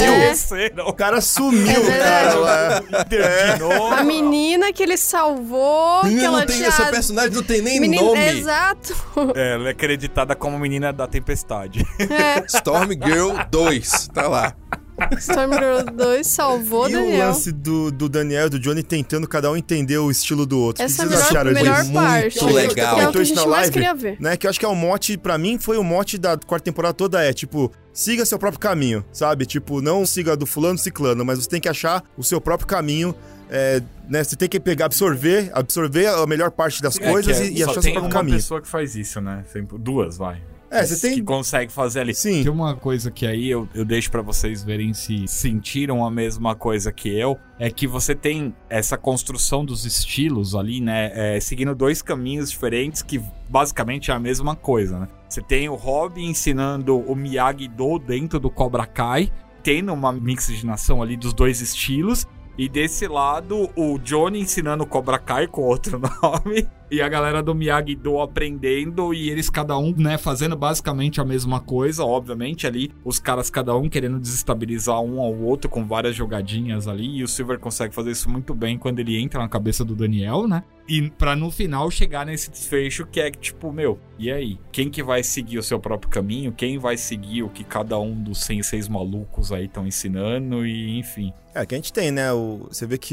O cara sumiu, cara. A menina que ele salvou. Menina, que ela não tem essa personagem, não tem nem nome. Exato. Ela é acreditada como menina da tempestade. Storm Girl 2, tá lá. Storm Girl 2 salvou Daniel. E o lance do Daniel e do Johnny tentando cada um entender o estilo do outro. Essa é a melhor parte. Muito legal. É o que a gente mais queria ver. Né, que eu acho que é o mote, pra mim, foi o mote da quarta temporada toda, tipo... Siga seu próprio caminho, sabe? Tipo, não siga do fulano ciclano, mas você tem que achar o seu próprio caminho, né? Você tem que pegar, absorver a melhor parte das coisas e achar o seu próprio caminho. Só tem uma pessoa que faz isso, né? duas, vai. Você tem... Que consegue fazer ali. Sim. Tem uma coisa que aí eu deixo pra vocês verem se sentiram a mesma coisa que eu, é que você tem essa construção dos estilos ali, né? Seguindo dois caminhos diferentes que basicamente é a mesma coisa, né? Você tem o Rob ensinando o Miyagi-Do dentro do Cobra Kai, tendo uma mixigenação ali dos dois estilos. E desse lado, o Johnny ensinando o Cobra Kai com outro nome. E a galera do Miyagi-Do aprendendo. E eles cada um, né, fazendo basicamente a mesma coisa. Obviamente ali, os caras cada um querendo desestabilizar um ao outro com várias jogadinhas ali. E o Silver consegue fazer isso muito bem quando ele entra na cabeça do Daniel, né? E pra no final chegar nesse desfecho que é tipo, e aí? Quem que vai seguir o seu próprio caminho? Quem vai seguir o que cada um dos senseis malucos aí estão ensinando? E enfim. Que a gente tem, né? Você vê que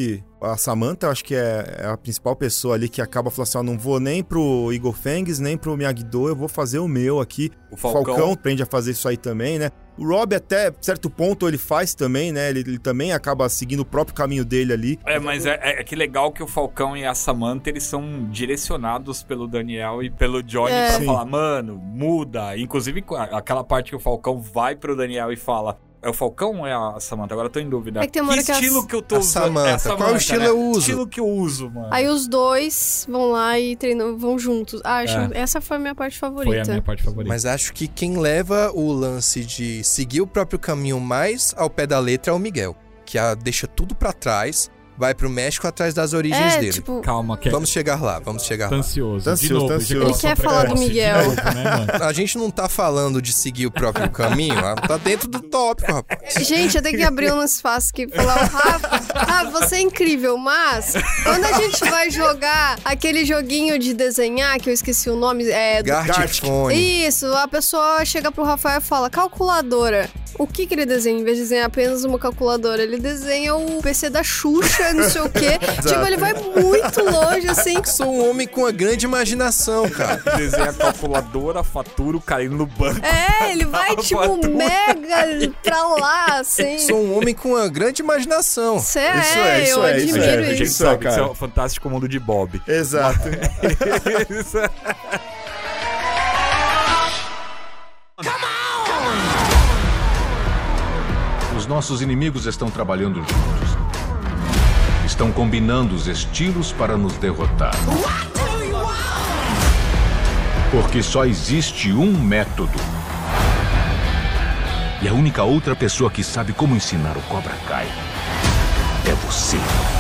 A Samantha, acho que é a principal pessoa ali que acaba falando assim, não vou nem pro Eagle Fangs, nem pro Miyagi-Do, eu vou fazer o meu aqui. O Falcão aprende a fazer isso aí também, né? O Rob até certo ponto ele faz também, né? Ele também acaba seguindo o próprio caminho dele ali. Mas é que legal que o Falcão e a Samantha, eles são direcionados pelo Daniel e pelo Johnny pra falar, mano, muda. Inclusive, aquela parte que o Falcão vai pro Daniel e fala... É o Falcão ou é a Samantha? Agora eu tô em dúvida. É que tem uma hora que estilo que eu tô usando? Samantha. É a Samantha. Qual estilo eu uso? Estilo que eu uso, mano. Aí os dois vão lá e treinam, vão juntos. Essa foi a minha parte favorita. Foi a minha parte favorita. Mas acho que quem leva o lance de seguir o próprio caminho mais ao pé da letra é o Miguel. Que deixa tudo pra trás, vai pro México atrás das origens dele. Tipo... Calma, vamos chegar lá. Tá ansioso. Ele quer falar do Miguel. A gente não tá falando de seguir o próprio caminho, tá dentro do tópico, rapaz. Gente, eu tenho que abrir um espaço aqui e falar, Rafa, você é incrível, mas quando a gente vai jogar aquele joguinho de desenhar, que eu esqueci o nome, Gartifone. Isso, a pessoa chega pro Rafael e fala, calculadora. O que ele desenha? Em vez de desenhar apenas uma calculadora, ele desenha o PC da Xuxa, não sei o quê. Tipo, ele vai muito longe, assim. Sou um homem com uma grande imaginação, cara. Desenha a calculadora, fatura, o cara indo no banco. Ele vai, tipo, mega pra lá, assim. Sou um homem com uma grande imaginação. Eu admiro A gente isso. sabe que isso é o fantástico mundo de Bob. Exato. Os nossos inimigos estão trabalhando juntos. Estão combinando os estilos para nos derrotar. Porque só existe um método. E a única outra pessoa que sabe como ensinar o Cobra Kai é você.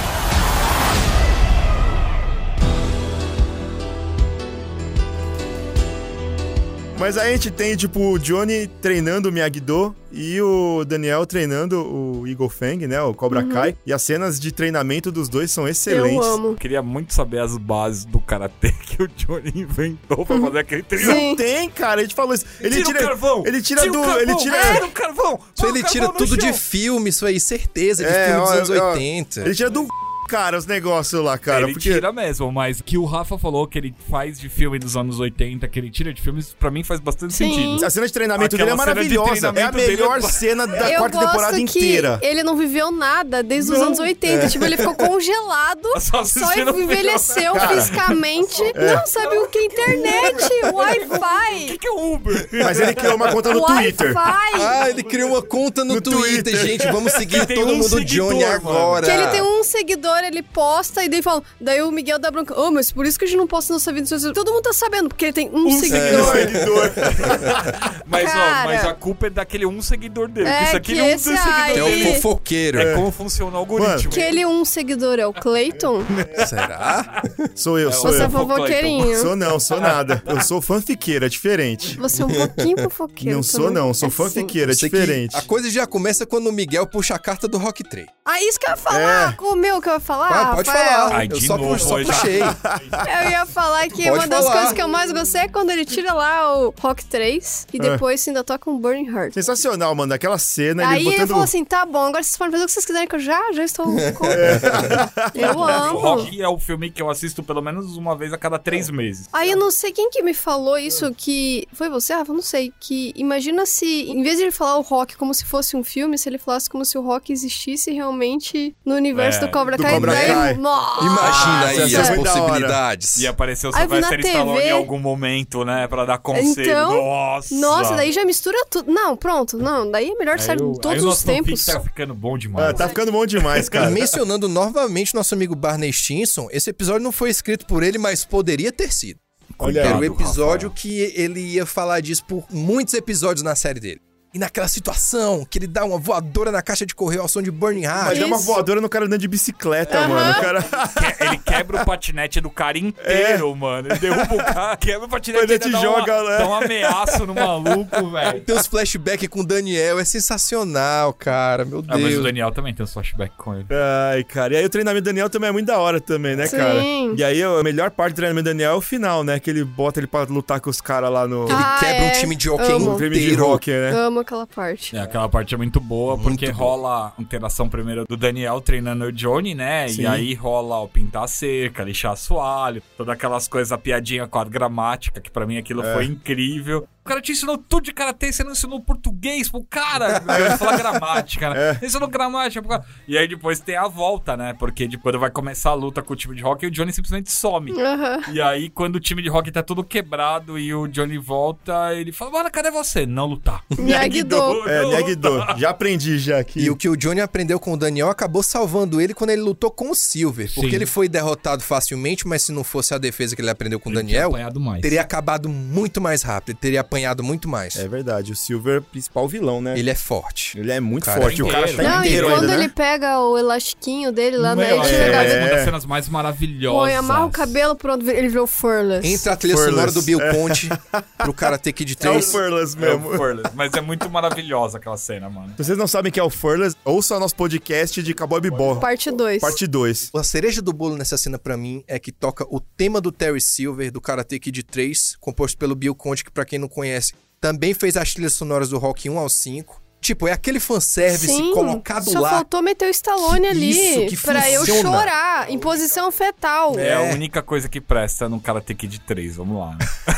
Mas aí a gente tem, tipo, o Johnny treinando o Miyagi-Do e o Daniel treinando o Eagle Fang, né? O Cobra Kai. E as cenas de treinamento dos dois são excelentes. Eu amo. Queria muito saber as bases do karatê que o Johnny inventou pra fazer aquele treino. Não tem, cara. A gente falou isso. Ele tira o carvão. Ele tira o carvão. Ele tira o carvão. Isso ele tira tudo de filme, isso aí, certeza, de filme dos anos 80. Ele tira do cara os negócios lá, cara. Ele tira mesmo, mas que o Rafa falou que ele faz de filme dos anos 80, que ele tira de filmes, pra mim faz bastante sentido. A cena de treinamento dele é maravilhosa. É a melhor cena da quarta temporada inteira. Ele não viveu nada desde os anos 80. Tipo, ele ficou congelado, só envelheceu fisicamente. Não sabe o que é internet, Wi-Fi. O que é Uber? Mas ele criou uma conta no Twitter. Ele criou uma conta no Twitter, gente. Vamos seguir todo mundo Johnny agora. Que ele tem um seguidor, ele posta e daí fala. Daí o Miguel dá bronca. Mas por isso que a gente não posta nossa vida. Todo mundo tá sabendo, porque ele tem um seguidor. Mas a culpa é daquele um seguidor dele. Porque isso aqui não é um seguidor. É o fofoqueiro. É como funciona o algoritmo. Aquele um seguidor é o Clayton? Será? Sou eu. Você é fofoqueirinho. Sou nada. Eu sou fanfiqueira, é diferente. Você é um pouquinho fofoqueiro. Não sou, não. Sou fanfiqueira, é diferente. A coisa já começa quando o Miguel puxa a carta do Rock 3. Isso que eu ia falar. Com o meu que eu ia falar, pode Rafael. falar. Eu só puxei. Eu ia falar que uma das coisas que eu mais gostei é quando ele tira lá o Rock 3 e depois ainda toca um Burning Heart. Sensacional, mano. Aquela cena. Aí ele falou assim, tá bom, agora vocês podem fazer o que vocês quiserem que eu já estou com... Eu amo. O Rock é o filme que eu assisto pelo menos uma vez a cada 3 meses. Aí eu não sei quem que me falou isso, que... Foi você, Rafa? Não sei. Que imagina se, em vez de ele falar o Rock como se fosse um filme, se ele falasse como se o Rock existisse realmente no universo do Cobra Kai. Imagina aí as possibilidades. E apareceu o Sylvester Stallone em algum momento, né? Pra dar conselho. Então, nossa, daí já mistura tudo. Não, pronto. Não, daí é melhor série de todos os tempos. Tá ficando bom demais. Tá ficando bom demais, cara. Mencionando novamente nosso amigo Barney Stinson, esse episódio não foi escrito por ele, mas poderia ter sido. Era o episódio que ele ia falar disso por muitos episódios na série dele. E naquela situação que ele dá uma voadora na caixa de correio ao som de Burning Heart. Mas dá uma voadora no cara andando de bicicleta, mano. O cara... Ele quebra o patinete do cara inteiro, mano. Ele derruba o cara, quebra o patinete e dá um ameaço no maluco, velho. Tem uns flashbacks com o Daniel, é sensacional, cara. Meu Deus. Mas o Daniel também tem uns flashbacks com ele. Ai, cara. E aí o treinamento do Daniel também é muito da hora também, né, cara? Sim. E aí a melhor parte do treinamento do Daniel é o final, né? Que ele bota ele pra lutar com os caras lá no... Ele quebra um time de hockey inteiro. Amo aquela parte. Aquela parte é muito boa, porque rola a interação primeiro do Daniel treinando o Johnny, né? Sim. E aí rola o pintar a cerca, lixar assoalho, todas aquelas coisas, a piadinha com a gramática, que pra mim aquilo foi incrível. O cara te ensinou tudo de karatê, você não ensinou português pro cara. Eu ia falar gramática, né? Ensinou gramática pro cara. E aí depois tem a volta, né? Porque quando vai começar a luta com o time de hockey, o Johnny simplesmente some. E aí, quando o time de hockey tá todo quebrado e o Johnny volta, ele fala, mano, cadê você? Não lutar. Miyagi-Do. Miyagi-Do. Já aprendi já aqui. E o que o Johnny aprendeu com o Daniel acabou salvando ele quando ele lutou com o Silver. Porque Sim. ele foi derrotado facilmente, mas se não fosse a defesa que ele aprendeu com o Daniel, teria acabado muito mais rápido. Ele teria apanhado muito mais. É verdade, o Silver é o principal vilão, né? Ele é forte. Ele é muito Cara, forte. é O cara inteiro. tá Não, inteiro e quando ainda, ele né? pega o elastiquinho dele lá, né? Ele É uma das cenas mais maravilhosas. põe, amarra o cabelo, pronto, ele virou Furless. Entra a trilha Furless. sonora do Bill Conte pro Karate Kid É o 3. Furless É mesmo. o Furless, mas é muito maravilhosa aquela cena, mano. Se vocês não sabem que é o Furless, ouça nosso podcast de Cowboy Bebop. Parte 2. Parte 2. A cereja do bolo nessa cena pra mim é que toca o tema do Terry Silver, do Karate Kid 3, composto pelo Bill Conte, que pra quem não conhece, também fez as trilhas sonoras do Rock 1 ao 5. Tipo, é aquele fanservice Sim, colocado só lá. faltou meter o Stallone ali Isso, que pra eu funciona. chorar em posição fetal. É a única coisa que presta no Karate Kid 3, vamos lá.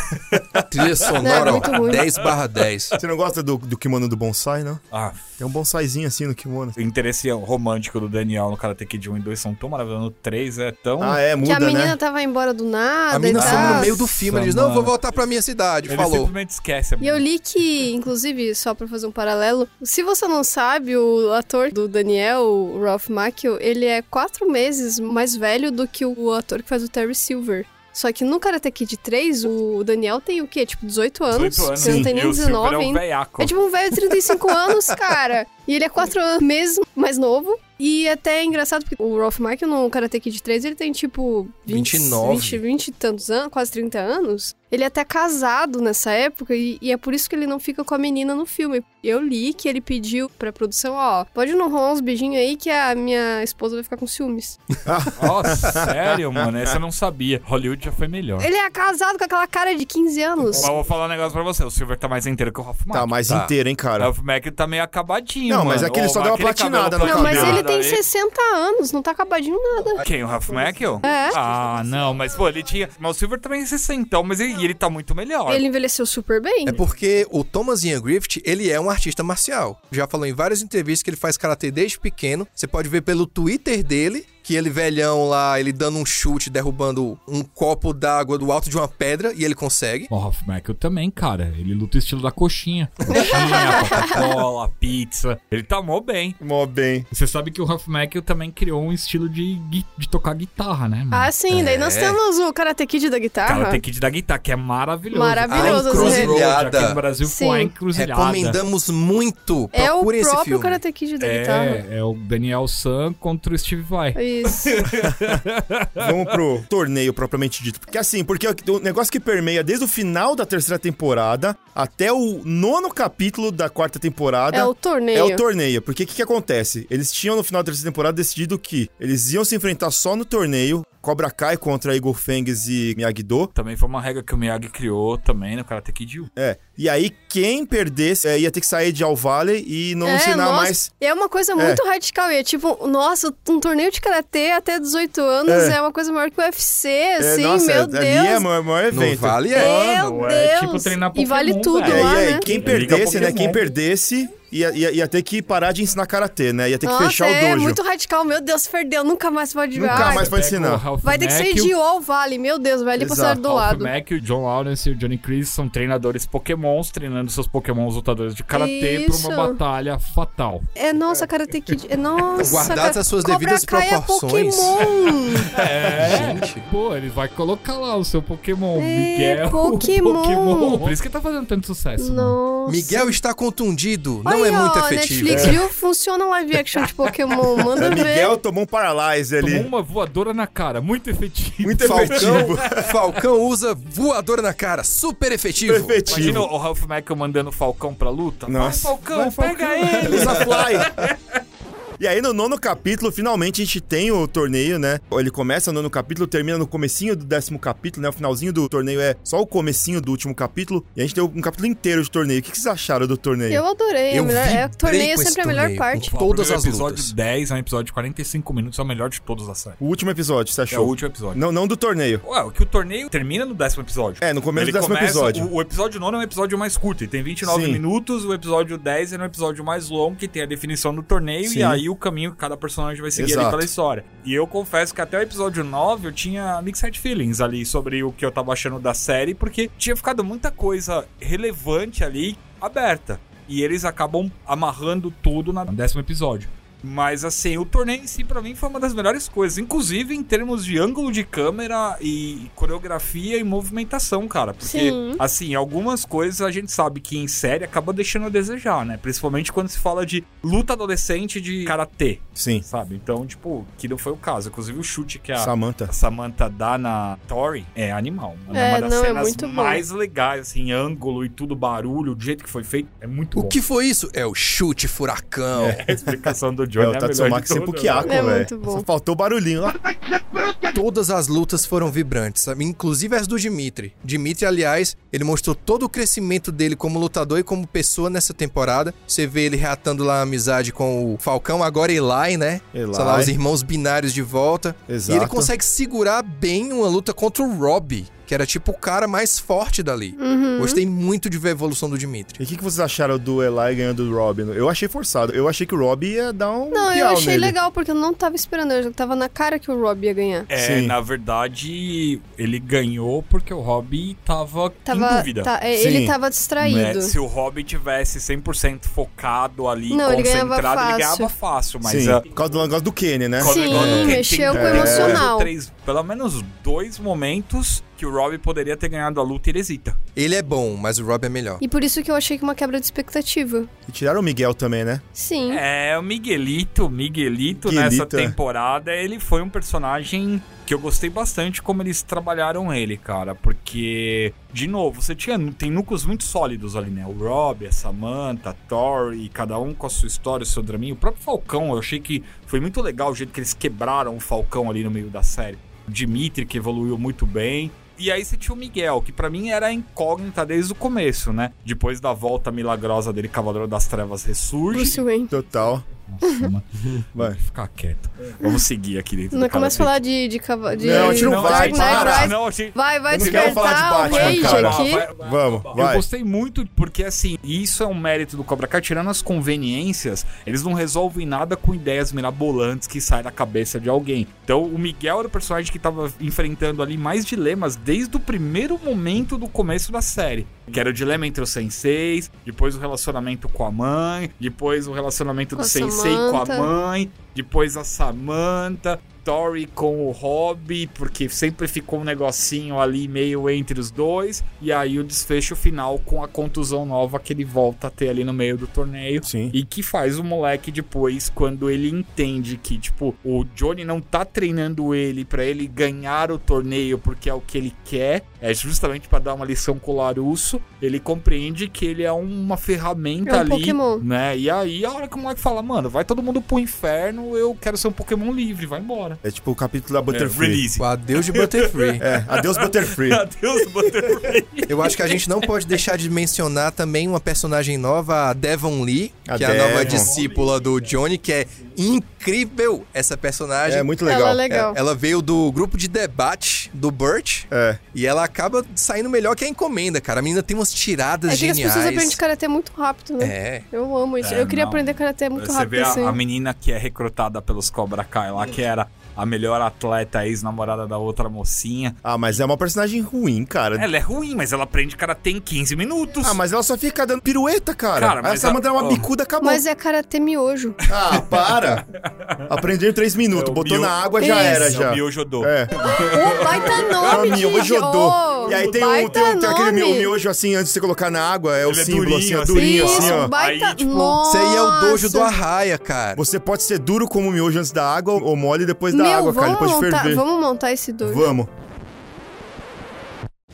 Trilha sonora, Não, é muito ruim. 10/10. Você não gosta do kimono do bonsai, não? Ah, Tem um bonsaizinho assim no kimono. o interesse romântico do Daniel no Karate Kid 1 e 2 são tão maravilhosos. No 3 é tão... Ah, é, Que muda, a menina né? tava embora do nada A menina e some tal. no meio do filme, ele diz, não, mano. vou voltar pra minha cidade, Ele falou. simplesmente esquece. E eu li que, inclusive, só pra fazer um paralelo, se você não sabe, o ator do Daniel, o Ralph Macchio, ele é 4 meses mais velho do que o ator que faz o Terry Silver. Só que no Karate Kid 3, o Daniel tem o quê? Tipo, 18 anos? 18 anos, Você não tem nem e o Silver 19 é um ainda. veiaco. É tipo um velho de 35 anos, cara. E ele é 4 meses mais novo. E até é engraçado, porque o Ralph Macchio no Karate Kid 3, ele tem tipo 29. 20 e tantos anos, quase 30 anos. Ele é até casado nessa época e é por isso que ele não fica com a menina no filme. Eu li que ele pediu pra produção, ó, pode não rolar uns beijinhos aí que a minha esposa vai ficar com ciúmes. Nossa, sério, mano? Essa eu não sabia. Hollywood já foi melhor. Ele é casado com aquela cara de 15 anos. Mas eu vou falar um negócio pra você. O Silver tá mais inteiro que o Ralph Macchio. Tá mais Tá. inteiro, hein, O cara? Ralph Macchio tá meio acabadinho, Não, mano. mas é que ele só deu uma aquele platinada cabelo no Não, mas cabelo. ele tem aí. 60 anos, não tá acabadinho nada. Quem? O Ralph Macchio? É. Ah, não, mas pô, ele tinha... Mas o Silver também é 60, mas ele tá muito melhor. Ele envelheceu super bem. É porque o Thomas Ian Griffith, ele é um artista marcial. Já falou em várias entrevistas que ele faz karatê desde pequeno. Você pode ver pelo Twitter dele, que ele velhão lá, ele dando um chute, derrubando um copo d'água do alto de uma pedra, e ele consegue. O Ralph Macchio também, cara. Ele luta o estilo da coxinha. Coxinha, Coca-Cola, pizza. Ele tá mó bem. Mó bem. Você sabe que o Ralph Macchio também criou um estilo de tocar guitarra, né, mano? Ah, sim, daí nós temos o Karate Kid da guitarra. Cara, tem Kid da guitarra, que é maravilhoso. Maravilhoso, A Encruzilhada. Aqui no Brasil Sim. com a Encruzilhada. Recomendamos muito. É o Procurem esse próprio filme. Karate Kid da guitarra. É o Daniel San contra o Steve Vai. Isso. Vamos pro torneio propriamente dito. Porque assim, porque o negócio que permeia desde o final da terceira temporada até o 9º capítulo da 4ª temporada É o torneio. é o torneio. Porque o que acontece? Eles tinham no final da terceira temporada decidido que eles iam se enfrentar só no torneio. Cobra Kai contra Eagle Fangs e Miyagi-Do. Também foi uma regra que o Miyagi criou também no Karate Kid 1. É. E aí, quem perdesse ia ter que sair de All Valley e não ensinar nossa, mais. É uma coisa muito radical. E é tipo, nossa, um torneio de karatê até 18 anos é uma coisa maior que o UFC, assim, nossa, meu ali Deus. é o maior evento. No Vale é. Meu Mano, Deus. é tipo treinar E vale Pokémon, tudo velho. lá, E aí, né? quem Liga perdesse, né? Pokémon. Quem perdesse ia ter que parar de ensinar karatê, né? Ia ter que Nossa, fechar o é dojo. muito radical. Meu Deus, perdeu. Nunca mais pode Nunca Ai, mais pode Pega o ensinar. Ralph Vai ter que ser Macchio, de All Valley. Meu Deus, vai ali pra Exato. cidade do Ralph lado. Macchio, o John Lawrence e o Johnny Chris são treinadores pokémons, treinando seus pokémons lutadores de karatê pra Isso. uma batalha fatal. É, nossa, Karate Kid. É, nossa, Guardadas as suas Cobra devidas Kai proporções. É Pokémon. Gente. Pô, ele vai colocar lá o seu Pokémon, É, Miguel. Pokémon. Por isso que tá fazendo tanto sucesso, mano. Nossa. Miguel está contundido. Não Aí, é muito ó, efetivo. Netflix, viu? Funciona live action de Pokémon. Manda ver. Miguel tomou um paralyze ali. Tomou uma voadora na cara, muito efetivo. Muito efetivo. Falcão usa voadora na cara. Super efetivo. Super efetivo. Imagina o Ralph Macchio mandando o Falcão pra luta. Nossa. Vai, Falcão, pega ele! Usa fly. E aí, no 9º capítulo, finalmente a gente tem o torneio, né? Ele começa no 9º capítulo, termina no comecinho do 10º capítulo, né? O finalzinho do torneio é só o comecinho do último capítulo. E a gente tem um capítulo inteiro de torneio. O que vocês acharam do torneio? Eu adorei. O torneio é sempre a melhor torneio, parte. Todas as lutas. O episódio lutas. 10 é um episódio de 45 minutos, é o melhor de todos da série. O último episódio, você achou? É o último episódio. Não do torneio. Ué, que o torneio termina no 10º episódio. É, no começo do 10º episódio. O episódio 9 é um episódio mais curto, ele tem 29 minutos. O episódio 10 é um episódio mais longo, que tem a definição do torneio. Sim. E aí o caminho que cada personagem vai seguir ali pela história. E eu confesso que até o episódio 9 eu tinha mixed feelings ali sobre o que eu tava achando da série, porque tinha ficado muita coisa relevante ali aberta. E eles acabam amarrando tudo no 10º episódio. Mas assim, o torneio em si pra mim foi uma das melhores coisas, inclusive em termos de ângulo de câmera e coreografia e movimentação, cara. Porque, assim, algumas coisas a gente sabe que em série acaba deixando a desejar, né? Principalmente quando se fala de luta adolescente de karatê. Sim. Sabe? Então, tipo, que não foi o caso. Inclusive o chute que a Samantha dá na Tori é animal. É uma das cenas mais legais, assim, ângulo e tudo, barulho, do jeito que foi feito, é muito bom. O que foi isso? É o chute furacão. É a explicação do É o Tatsumaki sem Pukiako, velho. Muito bom. Só faltou o barulhinho lá. Todas as lutas foram vibrantes, sabe? Inclusive as do Dimitri. Dimitri, aliás, ele mostrou todo o crescimento dele como lutador e como pessoa nessa temporada. Você vê ele reatando lá a amizade com o Falcão, agora Eli, né? Sei lá, os irmãos binários de volta. Exato. E ele consegue segurar bem uma luta contra o Robbie, que era tipo o cara mais forte dali. Gostei muito de ver a evolução do Dimitri. E o que vocês acharam do Eli ganhando do Robbie? Eu achei forçado. Eu achei que o Robbie ia dar um Não, eu achei nele. legal, porque eu não tava esperando. Eu já tava na cara que o Robbie ia ganhar. Sim. Na verdade, ele ganhou porque o Robbie tava em dúvida. Ele tava distraído. Né? Se o Robbie tivesse 100% focado ali, concentrado, ele ganhava fácil. Mas por causa do negócio do Kenny, né? Sim, mexeu com o emocional. Pelo menos 2 momentos que o Robbie poderia ter ganhado a luta e ele hesita. Ele é bom, mas o Robbie é melhor. E por isso que eu achei que uma quebra de expectativa. E tiraram o Miguel também, né? Sim. O Miguelito nessa temporada, ele foi um personagem que eu gostei bastante como eles trabalharam ele, cara. Porque, de novo, tem núcleos muito sólidos ali, né? O Robbie, a Samantha, a Tori, cada um com a sua história, o seu draminho. O próprio Falcão, eu achei que foi muito legal o jeito que eles quebraram o Falcão ali no meio da série. O Dimitri, que evoluiu muito bem. E aí você tinha o Miguel, que pra mim era incógnita desde o começo, né? Depois da volta milagrosa dele, Cavaleiro das Trevas ressurge. Bruce Wayne. Total. Nossa, mano. Vai ficar quieto. Vamos seguir aqui dentro Não começa a falar de Não, a gente não vai. Vai despertar o rage aqui. Vamos, vai. Eu gostei muito porque, assim, isso é um mérito do Cobra Kai. Tirando as conveniências, eles não resolvem nada com ideias mirabolantes que saem da cabeça de alguém. Então, o Miguel era o personagem que tava enfrentando ali mais dilemas desde o primeiro momento do começo da série. Que era o dilema entre os senseis, depois o relacionamento com a mãe, depois o relacionamento do sensei com a mãe, depois a Samantha, Tori com o Robbie, porque sempre ficou um negocinho ali meio entre os dois, e aí o desfecho final com a contusão nova que ele volta a ter ali no meio do torneio. Sim. E que faz o moleque depois, quando ele entende que, tipo, o Johnny não tá treinando ele pra ele ganhar o torneio porque é o que ele quer, é justamente pra dar uma lição com o Larusso, ele compreende que ele é uma ferramenta ali, Pokémon, né? E aí a hora que o moleque fala, mano, vai todo mundo pro inferno, eu quero ser um Pokémon livre, vai embora. É tipo o capítulo da Butterfree. Release. O adeus de Butterfree. Adeus Butterfree. Adeus Butterfree. Eu acho que a gente não pode deixar de mencionar também uma personagem nova, a Devon Lee, que é a nova discípula do Johnny, que é incrível essa personagem. É muito legal. Ela é legal. Ela veio do grupo de debate do Burt. E ela acaba saindo melhor que a encomenda, cara. A menina tem umas tiradas geniais. As pessoas aprendem karatê muito rápido, né? Eu amo isso. Eu queria aprender karatê muito rápido. Você vê a menina que é recrutada pelos Cobra Kai lá, que era a melhor atleta, ex-namorada da outra mocinha. Ah, mas é uma personagem ruim, cara. Ela é ruim, mas ela aprende karatê em 15 minutos. Ah, mas ela só fica dando pirueta, cara. Aí essa mandar uma bicuda, acabou. Mas é karatê miojo. Ah, para. Aprendeu em 3 minutos, botou na água, já era, já. É o Miojodô. Baita nome, Miojodô. E aí tem aquele miojo assim, antes de você colocar na água, é o símbolo assim, durinho assim, ó. Baita... Isso aí é o dojo do Arraia, cara. Você pode ser duro como o miojo antes da água ou mole depois da água, cara, depois de ferver. Vamos montar esse dojo. Vamos.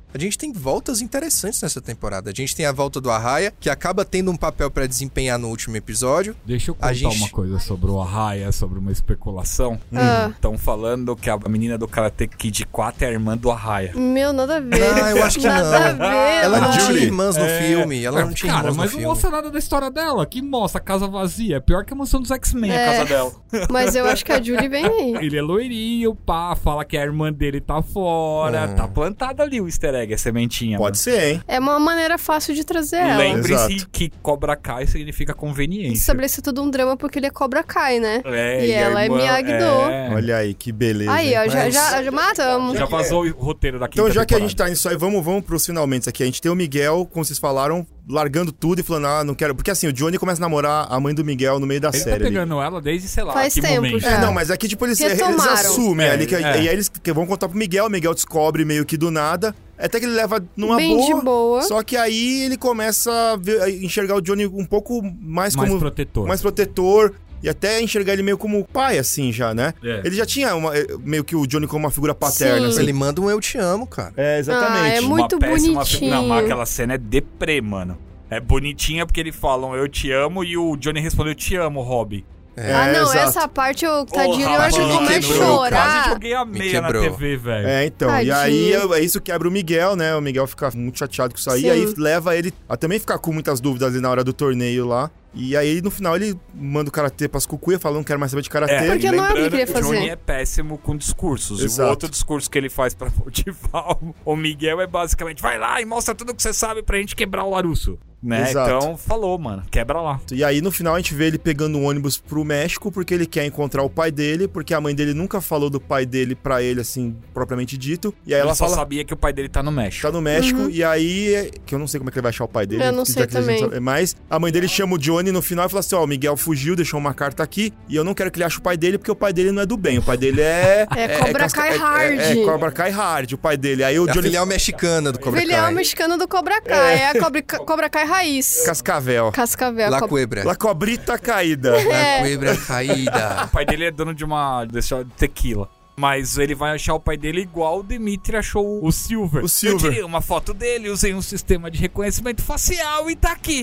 a gente tem voltas interessantes nessa temporada. A gente tem a volta do Arraia, que acaba tendo um papel pra desempenhar no último episódio. Deixa eu contar uma coisa sobre o Arraia, sobre uma especulação. Estão falando que a menina do Karate Kid 4 é a irmã do Arraia. Meu, nada a ver. Ah, eu acho que nada não. A ver, ela não tinha Julie. irmãs no filme. Ela não tinha irmãs no mas filme. não mostra nada da história dela. Que mostra a casa vazia. É pior que a mansão dos X-Men, a casa dela. Mas eu acho que a Julie vem aí. Ele é loirinho, pá, fala que a irmã dele tá fora. Tá plantado ali o easter egg, a sementinha. Pode ser, hein? É uma maneira fácil de trazer ela. Lembre-se Exato. que Cobra Kai significa conveniência. Estabelecer todo um drama porque ele é Cobra Kai, né? E a ela irmã- é Miyagi-Do. Olha aí, que beleza. Aí, hein? ó, já matamos. Já vazou o roteiro da quinta Então, já que a temporada. gente tá nisso aí, vamos pros finalmente aqui. A gente tem o Miguel, como vocês falaram, largando tudo e falando, não quero... Porque assim, o Johnny começa a namorar a mãe do Miguel no meio da Ele série. tá pegando ela desde, sei lá, Faz que tempo momento. já. Não, mas aqui, tipo, eles Retomaram. assumem ali. E aí eles que vão contar pro Miguel, o Miguel descobre meio que do nada. Até que ele leva numa Bem de boa. Só que aí ele começa a enxergar o Johnny um pouco mais como... protetor. Mais protetor. E até enxergar ele meio como pai, assim, já, né? É. Ele já tinha meio que o Johnny como uma figura paterna, Sim. assim. Ele manda um eu te amo, cara. É, exatamente. é muito Uma péssima bonitinho. Não, mas aquela cena é deprê, mano. É bonitinha porque eles falam eu te amo e o Johnny respondeu eu te amo, Robbie. Não, exato. essa parte, tadinho, eu Porra, acho que me começa a quebrou, Quase chorar. joguei a meia na quebrou. TV, velho. É, então. Tadinho. E aí é isso quebra o Miguel, né? O Miguel fica muito chateado com isso aí. Sim. E aí leva ele a também ficar com muitas dúvidas ali na hora do torneio lá. E aí, no final, ele manda o karatê pras cucuia, falando não quero mais saber de karatê. Porque não é o que ele queria O Johnny fazer. é péssimo com discursos. E Exato. o outro discurso que ele faz pra motivar o Miguel é basicamente vai lá e mostra tudo que você sabe pra gente quebrar o Larusso. Né? Exato. Então, falou, mano. Quebra lá. E aí, no final, a gente vê ele pegando um ônibus pro México, porque ele quer encontrar o pai dele, porque a mãe dele nunca falou do pai dele pra ele, assim, propriamente dito. E aí Ele ela só fala... sabia que o pai dele tá no México. Tá no México, e aí... Que eu não sei como é que ele vai achar o pai dele. Eu não sei já que a gente também. sabe. Mas a mãe dele chama o Johnny no final e fala assim, ó, o Miguel fugiu, deixou uma carta aqui, e eu não quero que ele ache o pai dele, porque o pai dele não é do bem. O pai dele é... Cobra Kai Hard. É Cobra Kai Hard, o pai dele. Aí o É a Johnny... filial mexicana do Cobra Filial Kai. mexicano do Cobra Kai. É a Cobra Kai raiz. Cascavel. Cascavel. La Cuebra. La cobrita caída. La Cuebra caída. O pai dele é dono de uma tequila. Mas ele vai achar o pai dele igual o Dimitri achou o Silver. O Silver. Eu tirei uma foto dele, usei um sistema de reconhecimento facial e tá aqui.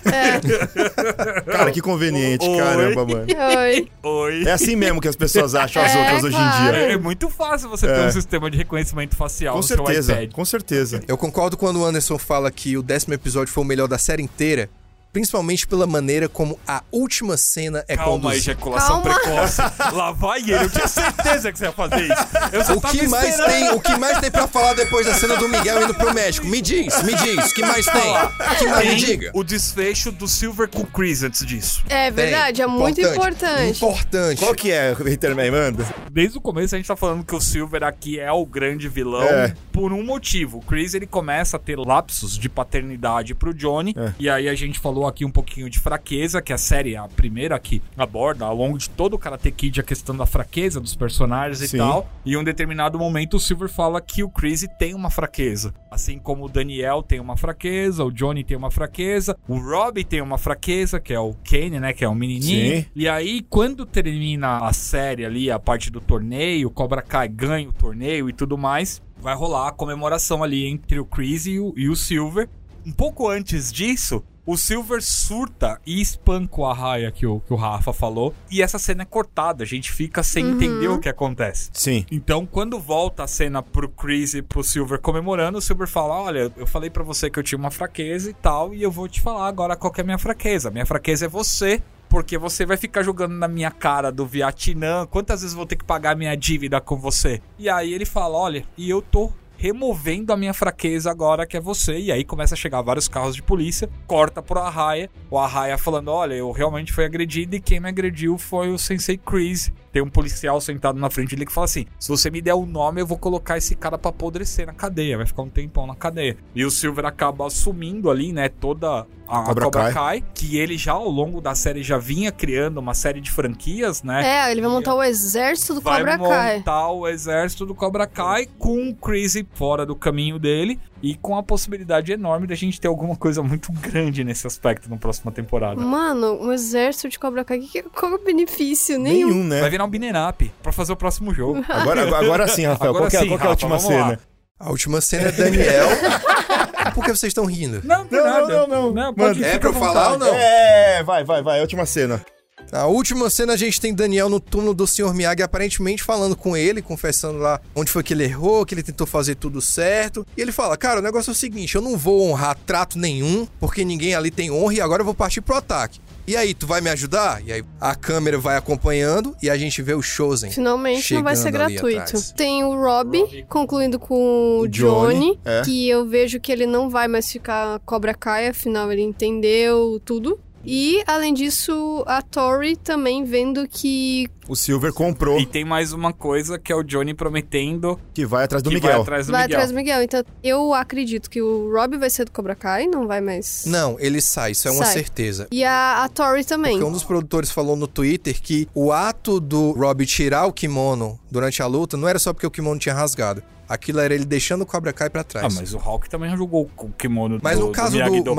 Cara, que conveniente, Oi. caramba, mano. Oi. Oi. É assim mesmo que as pessoas acham as outras hoje em claro. dia. É muito fácil você ter um sistema de reconhecimento facial Com no seu certeza, iPad. com certeza. Eu concordo quando o Anderson fala que o 10º episódio foi o melhor da série inteira, principalmente pela maneira como a última cena é Calma, conduzida. ejaculação Calma. precoce. Lá vai ele, eu tinha certeza que você ia fazer isso. Eu só O tava que mais tem pra falar depois da cena do Miguel indo pro México? Me diz, o que mais tem? O que mais me diga? o desfecho do Silver com o Chris antes disso. É verdade, é muito importante. Importante. Qual que é, Haterman, manda? Desde o começo a gente tá falando que o Silver aqui é o grande vilão por um motivo. O Chris, ele começa a ter lapsos de paternidade pro Johnny. E aí a gente falou aqui um pouquinho de fraqueza, que a série, a primeira que aborda ao longo de todo o Karate Kid a questão da fraqueza dos personagens Sim. e tal. E em um determinado momento o Silver fala que o Chris tem uma fraqueza. Assim como o Daniel tem uma fraqueza, o Johnny tem uma fraqueza, o Robbie tem uma fraqueza, que é o Kane, né, que é o menininho. Sim. E aí, quando termina a série ali, a parte do torneio, o Cobra Kai ganha o torneio e tudo mais, vai rolar a comemoração ali entre o Chris e o Silver. Um pouco antes disso, o Silver surta e espanca o Arraia que o Rafa falou. E essa cena é cortada, a gente fica sem entender o que acontece. Sim. Então, quando volta a cena pro Chris e pro Silver comemorando, o Silver fala, olha, eu falei pra você que eu tinha uma fraqueza e tal, e eu vou te falar agora qual que é a minha fraqueza. Minha fraqueza é você, porque você vai ficar jogando na minha cara do Vietnã, quantas vezes eu vou ter que pagar minha dívida com você? E aí ele fala, olha, e eu tô removendo a minha fraqueza agora, que é você. E aí começa a chegar vários carros de polícia, corta pro Arraia, o Arraia falando, olha, eu realmente fui agredido e quem me agrediu foi o Sensei Chris. Tem um policial sentado na frente dele que fala assim, se você me der o nome, eu vou colocar esse cara pra apodrecer na cadeia, vai ficar um tempão na cadeia. E o Silver acaba assumindo ali, né, toda a Cobra Kai, que ele já ao longo da série já vinha criando uma série de franquias, né? Ele vai montar o exército do Cobra Kai. Vai montar o exército do Cobra Kai com o Chris fora do caminho dele e com a possibilidade enorme da gente ter alguma coisa muito grande nesse aspecto na próxima temporada. Mano, um exército de Cobra Kai, qual é o benefício? Nenhum. Nenhum, né? Vai virar um beat'em up pra fazer o próximo jogo. Agora sim, Rafael, Agora qual que é sim, a última Rafa, vamos lá. cena? A última cena é Daniel. Por que vocês estão rindo? Não, pode É pra eu falar ou não? Vai, a última cena. Na última cena a gente tem Daniel no túmulo do Sr. Miyagi aparentemente falando com ele, confessando lá onde foi que ele errou, que ele tentou fazer tudo certo. E ele fala, cara, o negócio é o seguinte, eu não vou honrar trato nenhum, porque ninguém ali tem honra e agora eu vou partir pro ataque. E aí, tu vai me ajudar? E aí a câmera vai acompanhando e a gente vê o Chosen. Finalmente não vai ser gratuito. Tem o Robbie concluindo com o Johnny, que eu vejo que ele não vai mais ficar Cobra Kai, afinal ele entendeu tudo. E, além disso, a Tori também vendo que... O Silver comprou. E tem mais uma coisa, que é o Johnny prometendo... Que vai atrás do Miguel. Vai atrás do Miguel. Então, eu acredito que o Robbie vai ser do Cobra Kai, não vai mais... Não, ele sai, isso é uma certeza. E a Tori também. Porque um dos produtores falou no Twitter que o ato do Robbie tirar o kimono durante a luta não era só porque o kimono tinha rasgado. Aquilo era ele deixando o Cobra Kai pra trás. Mas o Hulk também jogou o kimono mas no caso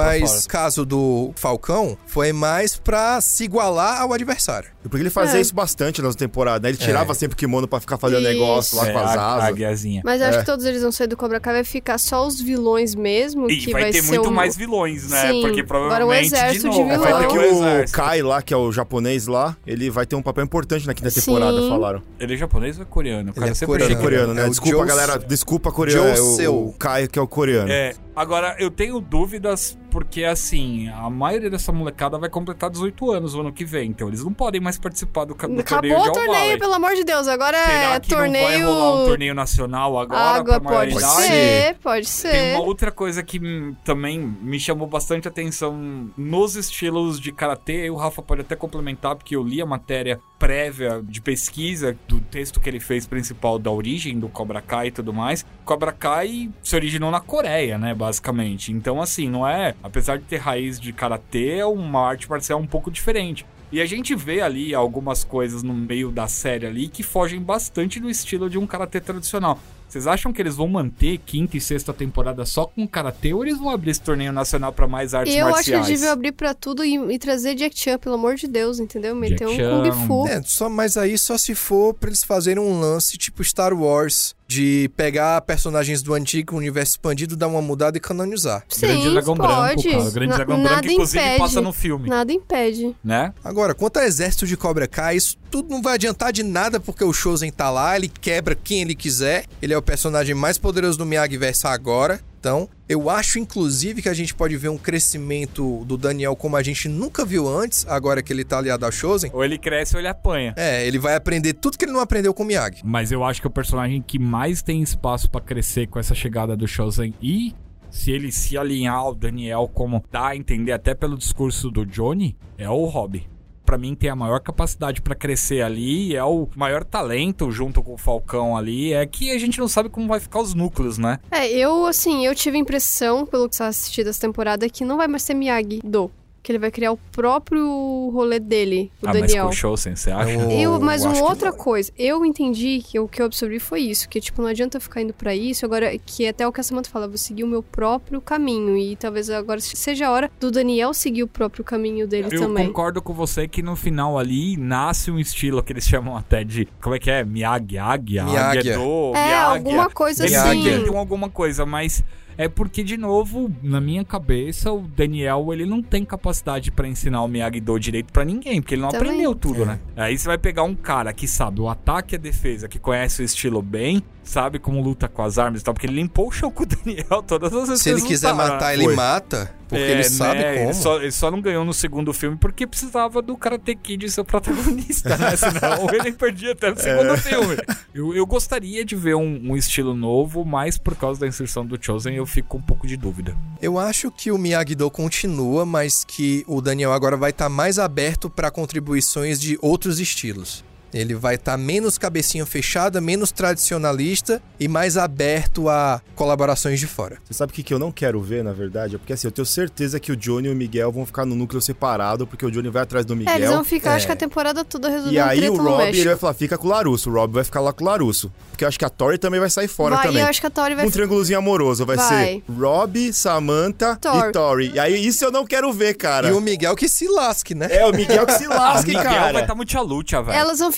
caso do Falcão, foi mais pra se igualar ao adversário. Porque ele fazia isso bastante nas temporadas, né? Ele tirava sempre o kimono pra ficar fazendo negócio lá com as asas. A guiazinha. Mas acho que todos eles vão sair do Cobra Kai, vai ficar só os vilões mesmo. E que vai ter muito mais vilões, né? Sim, porque provavelmente agora um exército de vilões. Vai ter que o Kai lá, que é o japonês lá, ele vai ter um papel importante na quinta temporada, falaram. Ele é japonês ou é coreano? Ele é coreano, né? Desculpa, galera. Desculpa, coreano. É o Kai, que é o coreano. Agora, eu tenho dúvidas porque, assim, a maioria dessa molecada vai completar 18 anos no ano que vem. Então, eles não podem mais participar do torneio de Acabou o torneio, pelo amor de Deus. Agora será que torneio... não vai rolar um torneio nacional agora pra maioridade? Pode ser. Tem uma outra coisa que também me chamou bastante atenção nos estilos de karatê. E o Rafa pode até complementar, porque eu li a matéria prévia de pesquisa do texto que ele fez principal da origem do Cobra Kai e tudo mais. Cobra Kai se originou na Coreia, né, basicamente. Então, assim, não é... Apesar de ter raiz de karatê, é uma arte marcial um pouco diferente. E a gente vê ali algumas coisas no meio da série ali que fogem bastante do estilo de um karatê tradicional. Vocês acham que eles vão manter quinta e sexta temporada só com karatê ou eles vão abrir esse torneio nacional pra mais artes marciais? Eu acho que eles deviam abrir pra tudo e trazer Jack Chan, pelo amor de Deus, entendeu? Meter um Kung Fu. Mas aí só se for pra eles fazerem um lance tipo Star Wars, de pegar personagens do antigo universo expandido, dar uma mudada e canonizar. Sim, Grande Dragão pode. Branco, cara. O Grande Dragão Branco, inclusive, passa no filme. Nada impede. Né? Agora, quanto ao exército de Cobra Kai, isso tudo não vai adiantar de nada, porque o Chosen tá lá, ele quebra quem ele quiser, ele é o personagem mais poderoso do Miyagi-Verso agora. Então, eu acho, inclusive, que a gente pode ver um crescimento do Daniel como a gente nunca viu antes, agora que ele tá aliado ao Chosen. Ou ele cresce ou ele apanha. Ele vai aprender tudo que ele não aprendeu com o Miyagi. Mas eu acho que o personagem que mais tem espaço pra crescer com essa chegada do Chosen e se ele se alinhar ao Daniel, como dá a entender até pelo discurso do Johnny, é o Robbie. Pra mim tem a maior capacidade pra crescer ali, é o maior talento junto com o Falcão ali, é que a gente não sabe como vai ficar os núcleos, né? Eu tive a impressão, pelo que eu assisti dessa temporada, que não vai mais ser Miyagi-Do. Que ele vai criar o próprio rolê dele, o Daniel. Mas com o Chosen, você acha? Mas uma outra coisa, eu entendi que o que eu absorvi foi isso, que tipo, não adianta ficar indo pra isso, agora, que até o que a Samantha fala, vou seguir o meu próprio caminho, e talvez agora seja a hora do Daniel seguir o próprio caminho dele também. Eu concordo com você que no final ali nasce um estilo que eles chamam até de, como é que é? Miyagi-Do, Miyagi, alguma coisa assim. Alguma coisa, mas... É porque, de novo, na minha cabeça, o Daniel, ele não tem capacidade pra ensinar o Miyagi-Do direito pra ninguém, porque ele não aprendeu tudo, né? Aí você vai pegar um cara que sabe o ataque e a defesa, que conhece o estilo bem, sabe como luta com as armas e tal, porque ele limpou o chão com o Daniel todas as vezes. Se ele quiser matar, ele mata, porque ele sabe como. Ele só não ganhou no segundo filme porque precisava do Karate Kid ser o protagonista, né? Senão ele perdia até no segundo filme. Eu gostaria de ver um estilo novo, mas por causa da inserção do Chosen eu fico com um pouco de dúvida. Eu acho que o Miyagi-Do continua, mas que o Daniel agora vai estar mais aberto para contribuições de outros estilos. Ele vai estar menos cabecinha fechada, menos tradicionalista e mais aberto a colaborações de fora. Você sabe o que eu não quero ver, na verdade? É porque assim, eu tenho certeza que o Johnny e o Miguel vão ficar no núcleo separado, porque o Johnny vai atrás do Miguel. Eles vão ficar, acho que a temporada toda resolvendo. E aí o Robbie, ele vai falar, fica com o Larusso. O Robbie vai ficar lá com o Larusso. Porque eu acho que a Tori também vai sair fora também. Eu acho que a Tori vai... Um triângulozinho amoroso. Vai ser Robbie, Samantha e Tori. E aí isso eu não quero ver, cara. E o Miguel que se lasque, né? O Miguel que se lasque, cara. O Miguel vai estar muito luta, velho. Elas vão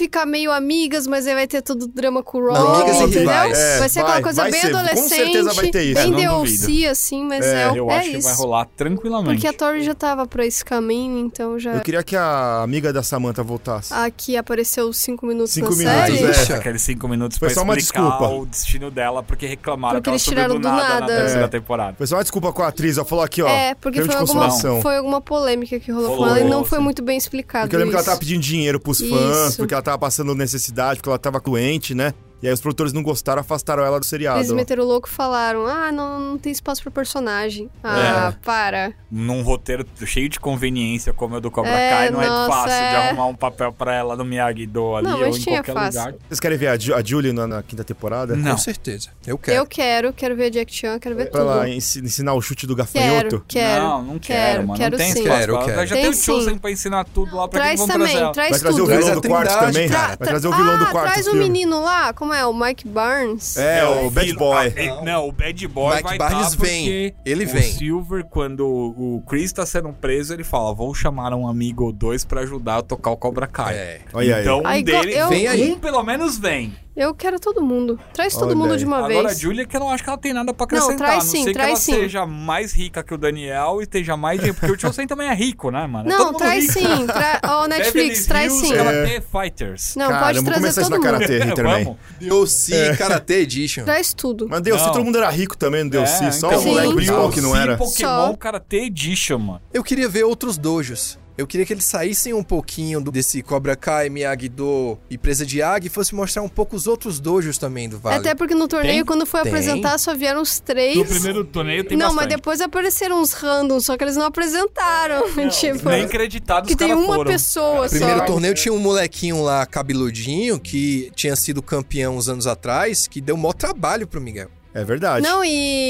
ficar meio amigas, mas aí vai ter todo o drama com o Ross, Amigas e entendeu? rivais. Vai ser aquela coisa bem adolescente. Com certeza vai ter isso. Bem não DLC, assim, mas Eu acho que vai rolar tranquilamente. Porque a Tori já tava pra esse caminho, então já... Eu queria que a amiga da Samantha voltasse. Aqui apareceu 5 minutos 5 na minutos, série. Deixa. Aqueles 5 minutos Foi pra só uma explicar desculpa. o destino dela, porque reclamaram Porque que ela eles subiu tiraram do do nada na nada. terceira temporada. Foi só uma desculpa com a atriz, ela falou aqui, ó. Porque termo de foi consolação. alguma polêmica que rolou com Rolou, ela e não sim. foi muito bem explicado Porque eu lembro que ela isso. tava pedindo dinheiro pros fãs, Isso. porque ela tava passando necessidade, porque ela tava doente, né? E aí os produtores não gostaram, afastaram ela do seriado. Eles meteram o louco e falaram, não tem espaço pro personagem. Para. Num roteiro cheio de conveniência, como é o do Cobra É, Kai, não é nossa, fácil de é. arrumar um papel pra ela no Miyagi-Do ali Não, ou mas em tinha qualquer fácil. lugar. Vocês querem ver a Julie na quinta temporada? Não. Com certeza. Eu quero. Eu quero ver a Jack Chan, quero ver Pra tudo. ela ensinar o chute do gafanhoto? Quero. Não quero, mano. Quero não tem sim. espaço. Quero. Já Tem tem o sim. Chosen pra ensinar tudo lá pra Traz quem vão também, trazer ela. traz Vai trazer o tudo. vilão Traz do a quarto Trindade, também? cara. Vai trazer o vilão do quarto Traz o filme. menino lá, como é? O Mike Barnes? É, o Bad Boy. Não, o Bad Boy Mike vai Barnes tá porque vem. Ele o vem. Silver, quando o Chris tá sendo preso, ele fala, vou chamar um amigo ou dois pra ajudar a tocar o Cobra Kai. É. Olha aí. Então Aí, um deles, Vem aí. pelo menos vem. Eu quero todo mundo. Traz todo Olha mundo aí. de uma Agora a vez. Julia, que eu não acho que ela tem nada pra acrescentar. traz a não sim, ser que traz ela sim. seja mais rica que o Daniel e esteja mais dinheiro. Porque o Chosen também é rico, né, mano? É todo Não, mundo traz rico. sim. Ó, Netflix, Beverly traz Hills, sim. Karate Fighters. Não, Cara, pode vamos trazer começar isso todo na mundo. Karate, Hitterman. Vamos. DLC Karate Edition. Traz tudo. Mas Deus, Não. todo mundo era rico também no DLC, só então, o moleque Sim. principal que não era. Pokémon Só. Karate Edition, mano. Eu queria ver outros dojos. Eu queria que eles saíssem um pouquinho desse Cobra Kai, Miyagi-Do e Presa de Águia e fosse mostrar um pouco os outros dojos também do Vale. Até porque no torneio, Tem? quando foi Tem. apresentar, só vieram os 3. No primeiro torneio tem Não, bastante. mas depois apareceram uns randoms, só que eles não apresentaram. tipo, Nem creditados que os tem caras uma foram. pessoa Primeiro só. torneio tinha um molequinho lá, cabeludinho, que tinha sido campeão uns anos atrás, que deu maior trabalho pro Miguel. É verdade. Não,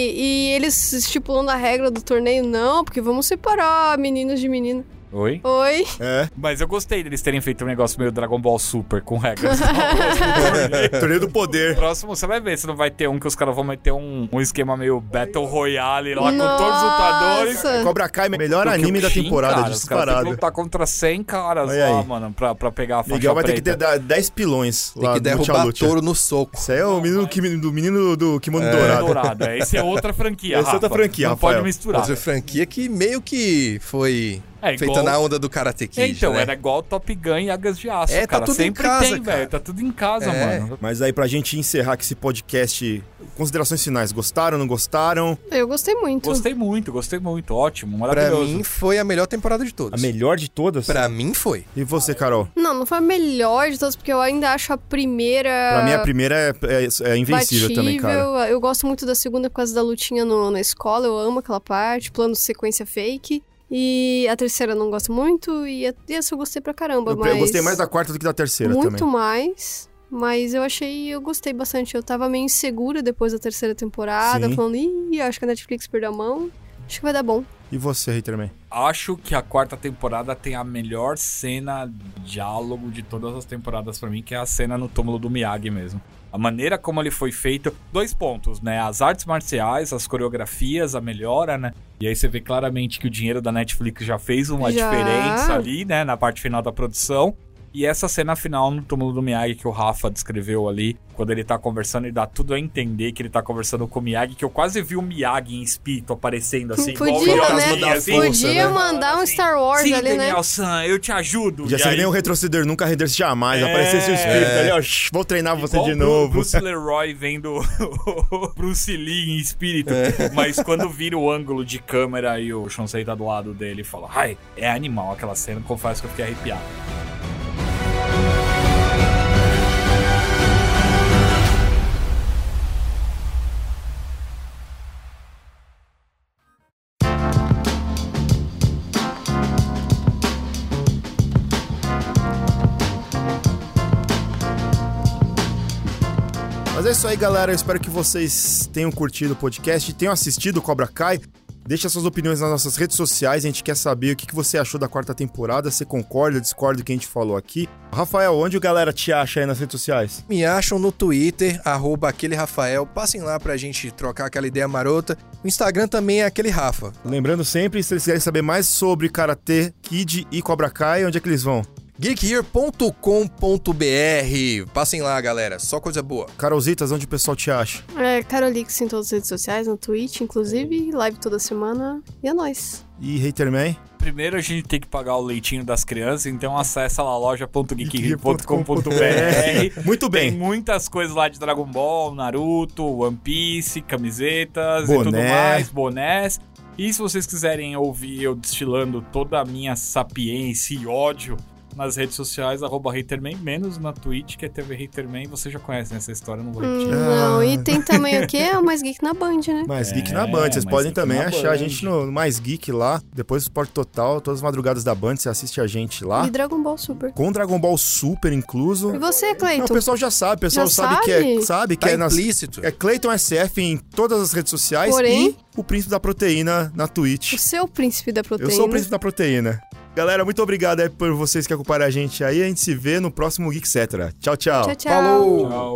e eles estipulando a regra do torneio, não, porque vamos separar meninos de menino. Oi? Oi? É. Mas eu gostei deles terem feito um negócio meio Dragon Ball Super, com regras. Torneio do poder. Próximo, você vai ver se não vai ter um que os caras vão meter um esquema meio Battle Royale lá com todos os lutadores. Nossa. Cobra Kai, melhor Porque anime o da Shin, temporada, cara, os caras têm que disparado. lutar contra 100 caras Olha lá, aí. mano, pra pegar a faixa Miguel vai ter que preta. dar 10 pilões Tem lá que no derrubar Lucha. touro no soco. Isso aí é o menino do Kimono Dourado. Dourado. Esse é outra franquia, Essa é outra Rafa. franquia, Não Rafael. pode misturar. Outra franquia que meio que foi feita igual- na onda do Karate Kid, Então, né? era igual Top Gun e Águias de Aço, É, tá cara. tudo em Sempre casa, tem, cara. velho. Tá tudo em casa, É. mano. Mas aí, pra gente encerrar aqui esse podcast, considerações finais. Gostaram, não gostaram? Eu gostei muito. Gostei muito. Ótimo, Pra maravilhoso. mim foi a melhor temporada de A todas. melhor de todas? Pra mim foi. E você, Carol? Não foi a melhor de todas, porque eu ainda acho a primeira... Pra mim, a primeira é invencível batível. também, cara. Eu gosto muito da segunda por causa da lutinha na escola, eu amo aquela parte, plano de sequência fake. E a terceira eu não gosto muito, e essa eu gostei pra caramba, Eu mas... gostei mais da quarta do que da terceira muito também. mais, mas eu gostei bastante. Eu tava meio insegura depois da terceira temporada, Sim. falando, acho que a Netflix perdeu a mão, acho que vai dar bom. E você, Hitterman? Acho que a quarta temporada tem a melhor cena diálogo de todas as temporadas pra mim, que é a cena no túmulo do Miyagi mesmo. A maneira como ele foi feito, 2 pontos, né? As artes marciais, as coreografias, a melhora, né? E aí você vê claramente que o dinheiro da Netflix já fez uma Já. diferença ali, né? Na parte final da produção. E essa cena final no túmulo do Miyagi que o Rafa descreveu ali, quando ele tá conversando e dá tudo a entender que ele tá conversando com o Miyagi, que eu quase vi o Miyagi em espírito aparecendo assim, igual o Podia, Yoda, né? assim. Podia mandar um Star Wars Sim, ali, né? Daniel-san, eu te ajudo. Já E seria aí- nem um retroceder, nunca render-se jamais. Aparecesse o espírito ali, ó. Vou treinar você Igual de o novo. Bruce Leroy vendo o Bruce Lee em espírito. Mas quando vira o ângulo de câmera e o Shonsei tá do lado dele e fala, ai, é animal aquela cena, confesso que eu fiquei arrepiado. Mas é isso aí, galera. Eu espero que vocês tenham curtido o podcast e tenham assistido o Cobra Kai. Deixe suas opiniões nas nossas redes sociais. A gente quer saber o que você achou da quarta temporada. Você concorda, discorda do que a gente falou aqui? Rafael, onde a galera te acha aí nas redes sociais? Me acham no Twitter, @aquelerafael. Passem lá pra gente trocar aquela ideia marota. O Instagram também é aquele Rafa. Lembrando sempre, se eles quiserem saber mais sobre Karate Kid e Cobra Kai, onde é que eles vão? geekhere.com.br. Passem lá, galera. Só coisa boa. Carolzitas, onde o pessoal te acha? Carolix em todas as redes sociais, no Twitch, inclusive, live toda semana. E é nóis. E Haterman? Primeiro a gente tem que pagar o leitinho das crianças, então acessa lá loja.geekhere.com.br. Muito bem. Tem muitas coisas lá de Dragon Ball, Naruto, One Piece, camisetas Boné. e tudo mais, bonés. E se vocês quiserem ouvir eu destilando toda a minha sapiência e ódio nas redes sociais, @Haterman, menos na Twitch, que é TV Haterman. Você já conhece essa história, eu não vou repetir. Não, e tem também o quê? É o Mais Geek na Band, né? Mais Geek na Band. Vocês Mais podem Geek também na achar a Band. gente no Mais Geek lá, depois do Esporte Total, todas as madrugadas da Band, você assiste a gente lá. E Dragon Ball Super. Com Dragon Ball Super incluso. E você, Não, Cleiton? o pessoal já sabe, o pessoal Já sabe que Tá é implícito. É Cleiton SF em todas as redes sociais. Porém- E o Príncipe da Proteína na Twitch. O seu príncipe da proteína. Eu sou o Príncipe da Proteína. Galera, muito obrigado aí por vocês que acompanharam a gente aí. A gente se vê no próximo Geek Cetera. Tchau, tchau. Tchau, tchau. Falou! Tchau.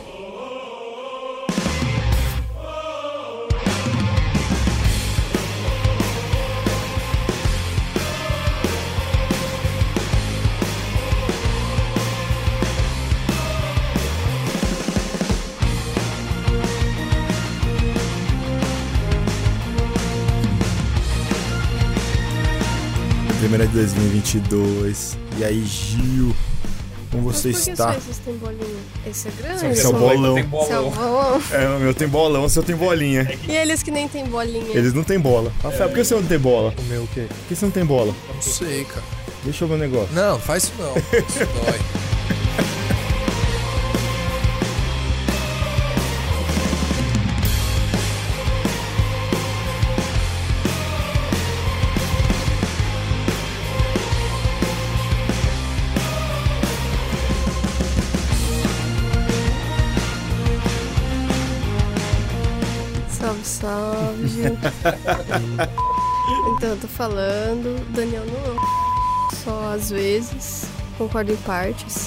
Primeira de 2022. E aí, Gil? Como você Mas por que está? só esses tem bolinha? Esse é grande? Esse é o São- bolão. Tem Esse é o bolão. bolão. É, o meu tem bolão, o seu tem bolinha. E eles que nem tem bolinha? Eles não têm bola. Rafael, por que você não tem bola? O meu o quê? Por que você não tem bola? Não sei, cara. Deixa eu ver o negócio. Não, faz isso não. Isso dói. Salve, salve, Gil. Então, eu tô falando, Daniel não é só às vezes, concordo em partes.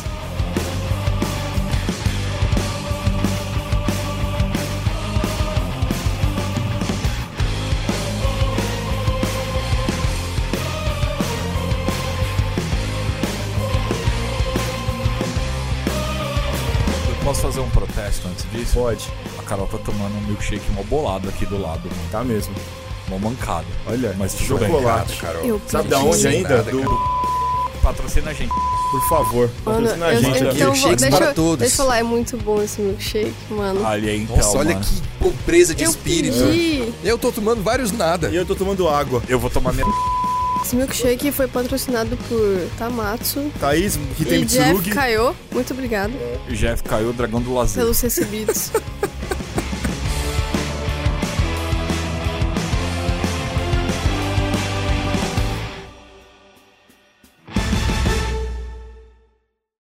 Eu posso fazer um protesto antes disso? Pode. A Carol tá tomando um milkshake mó bolado aqui do lado, mano. Tá mesmo. Mó mancada. Olha, Mas tudo bem, chocolate. Carol. Eu Sabe da pedi. onde ainda? Nada, Do... Patrocina a gente. Por favor, Mano, patrocina a gente. então, Milkshakes deixa, para todos. deixa eu falar, é muito bom esse milkshake, mano. Ali aí, então, Nossa, olha mano. que pobreza de Eu espírito. pedi. Eu tô tomando vários nada. E eu tô tomando água. Eu vou tomar minha... Esse milkshake foi patrocinado por Tamatsu Thaís, e Hitemi Jeff Tsurugi. Caio. Muito obrigado Jeff caiu, o dragão do lazer. pelos recebidos.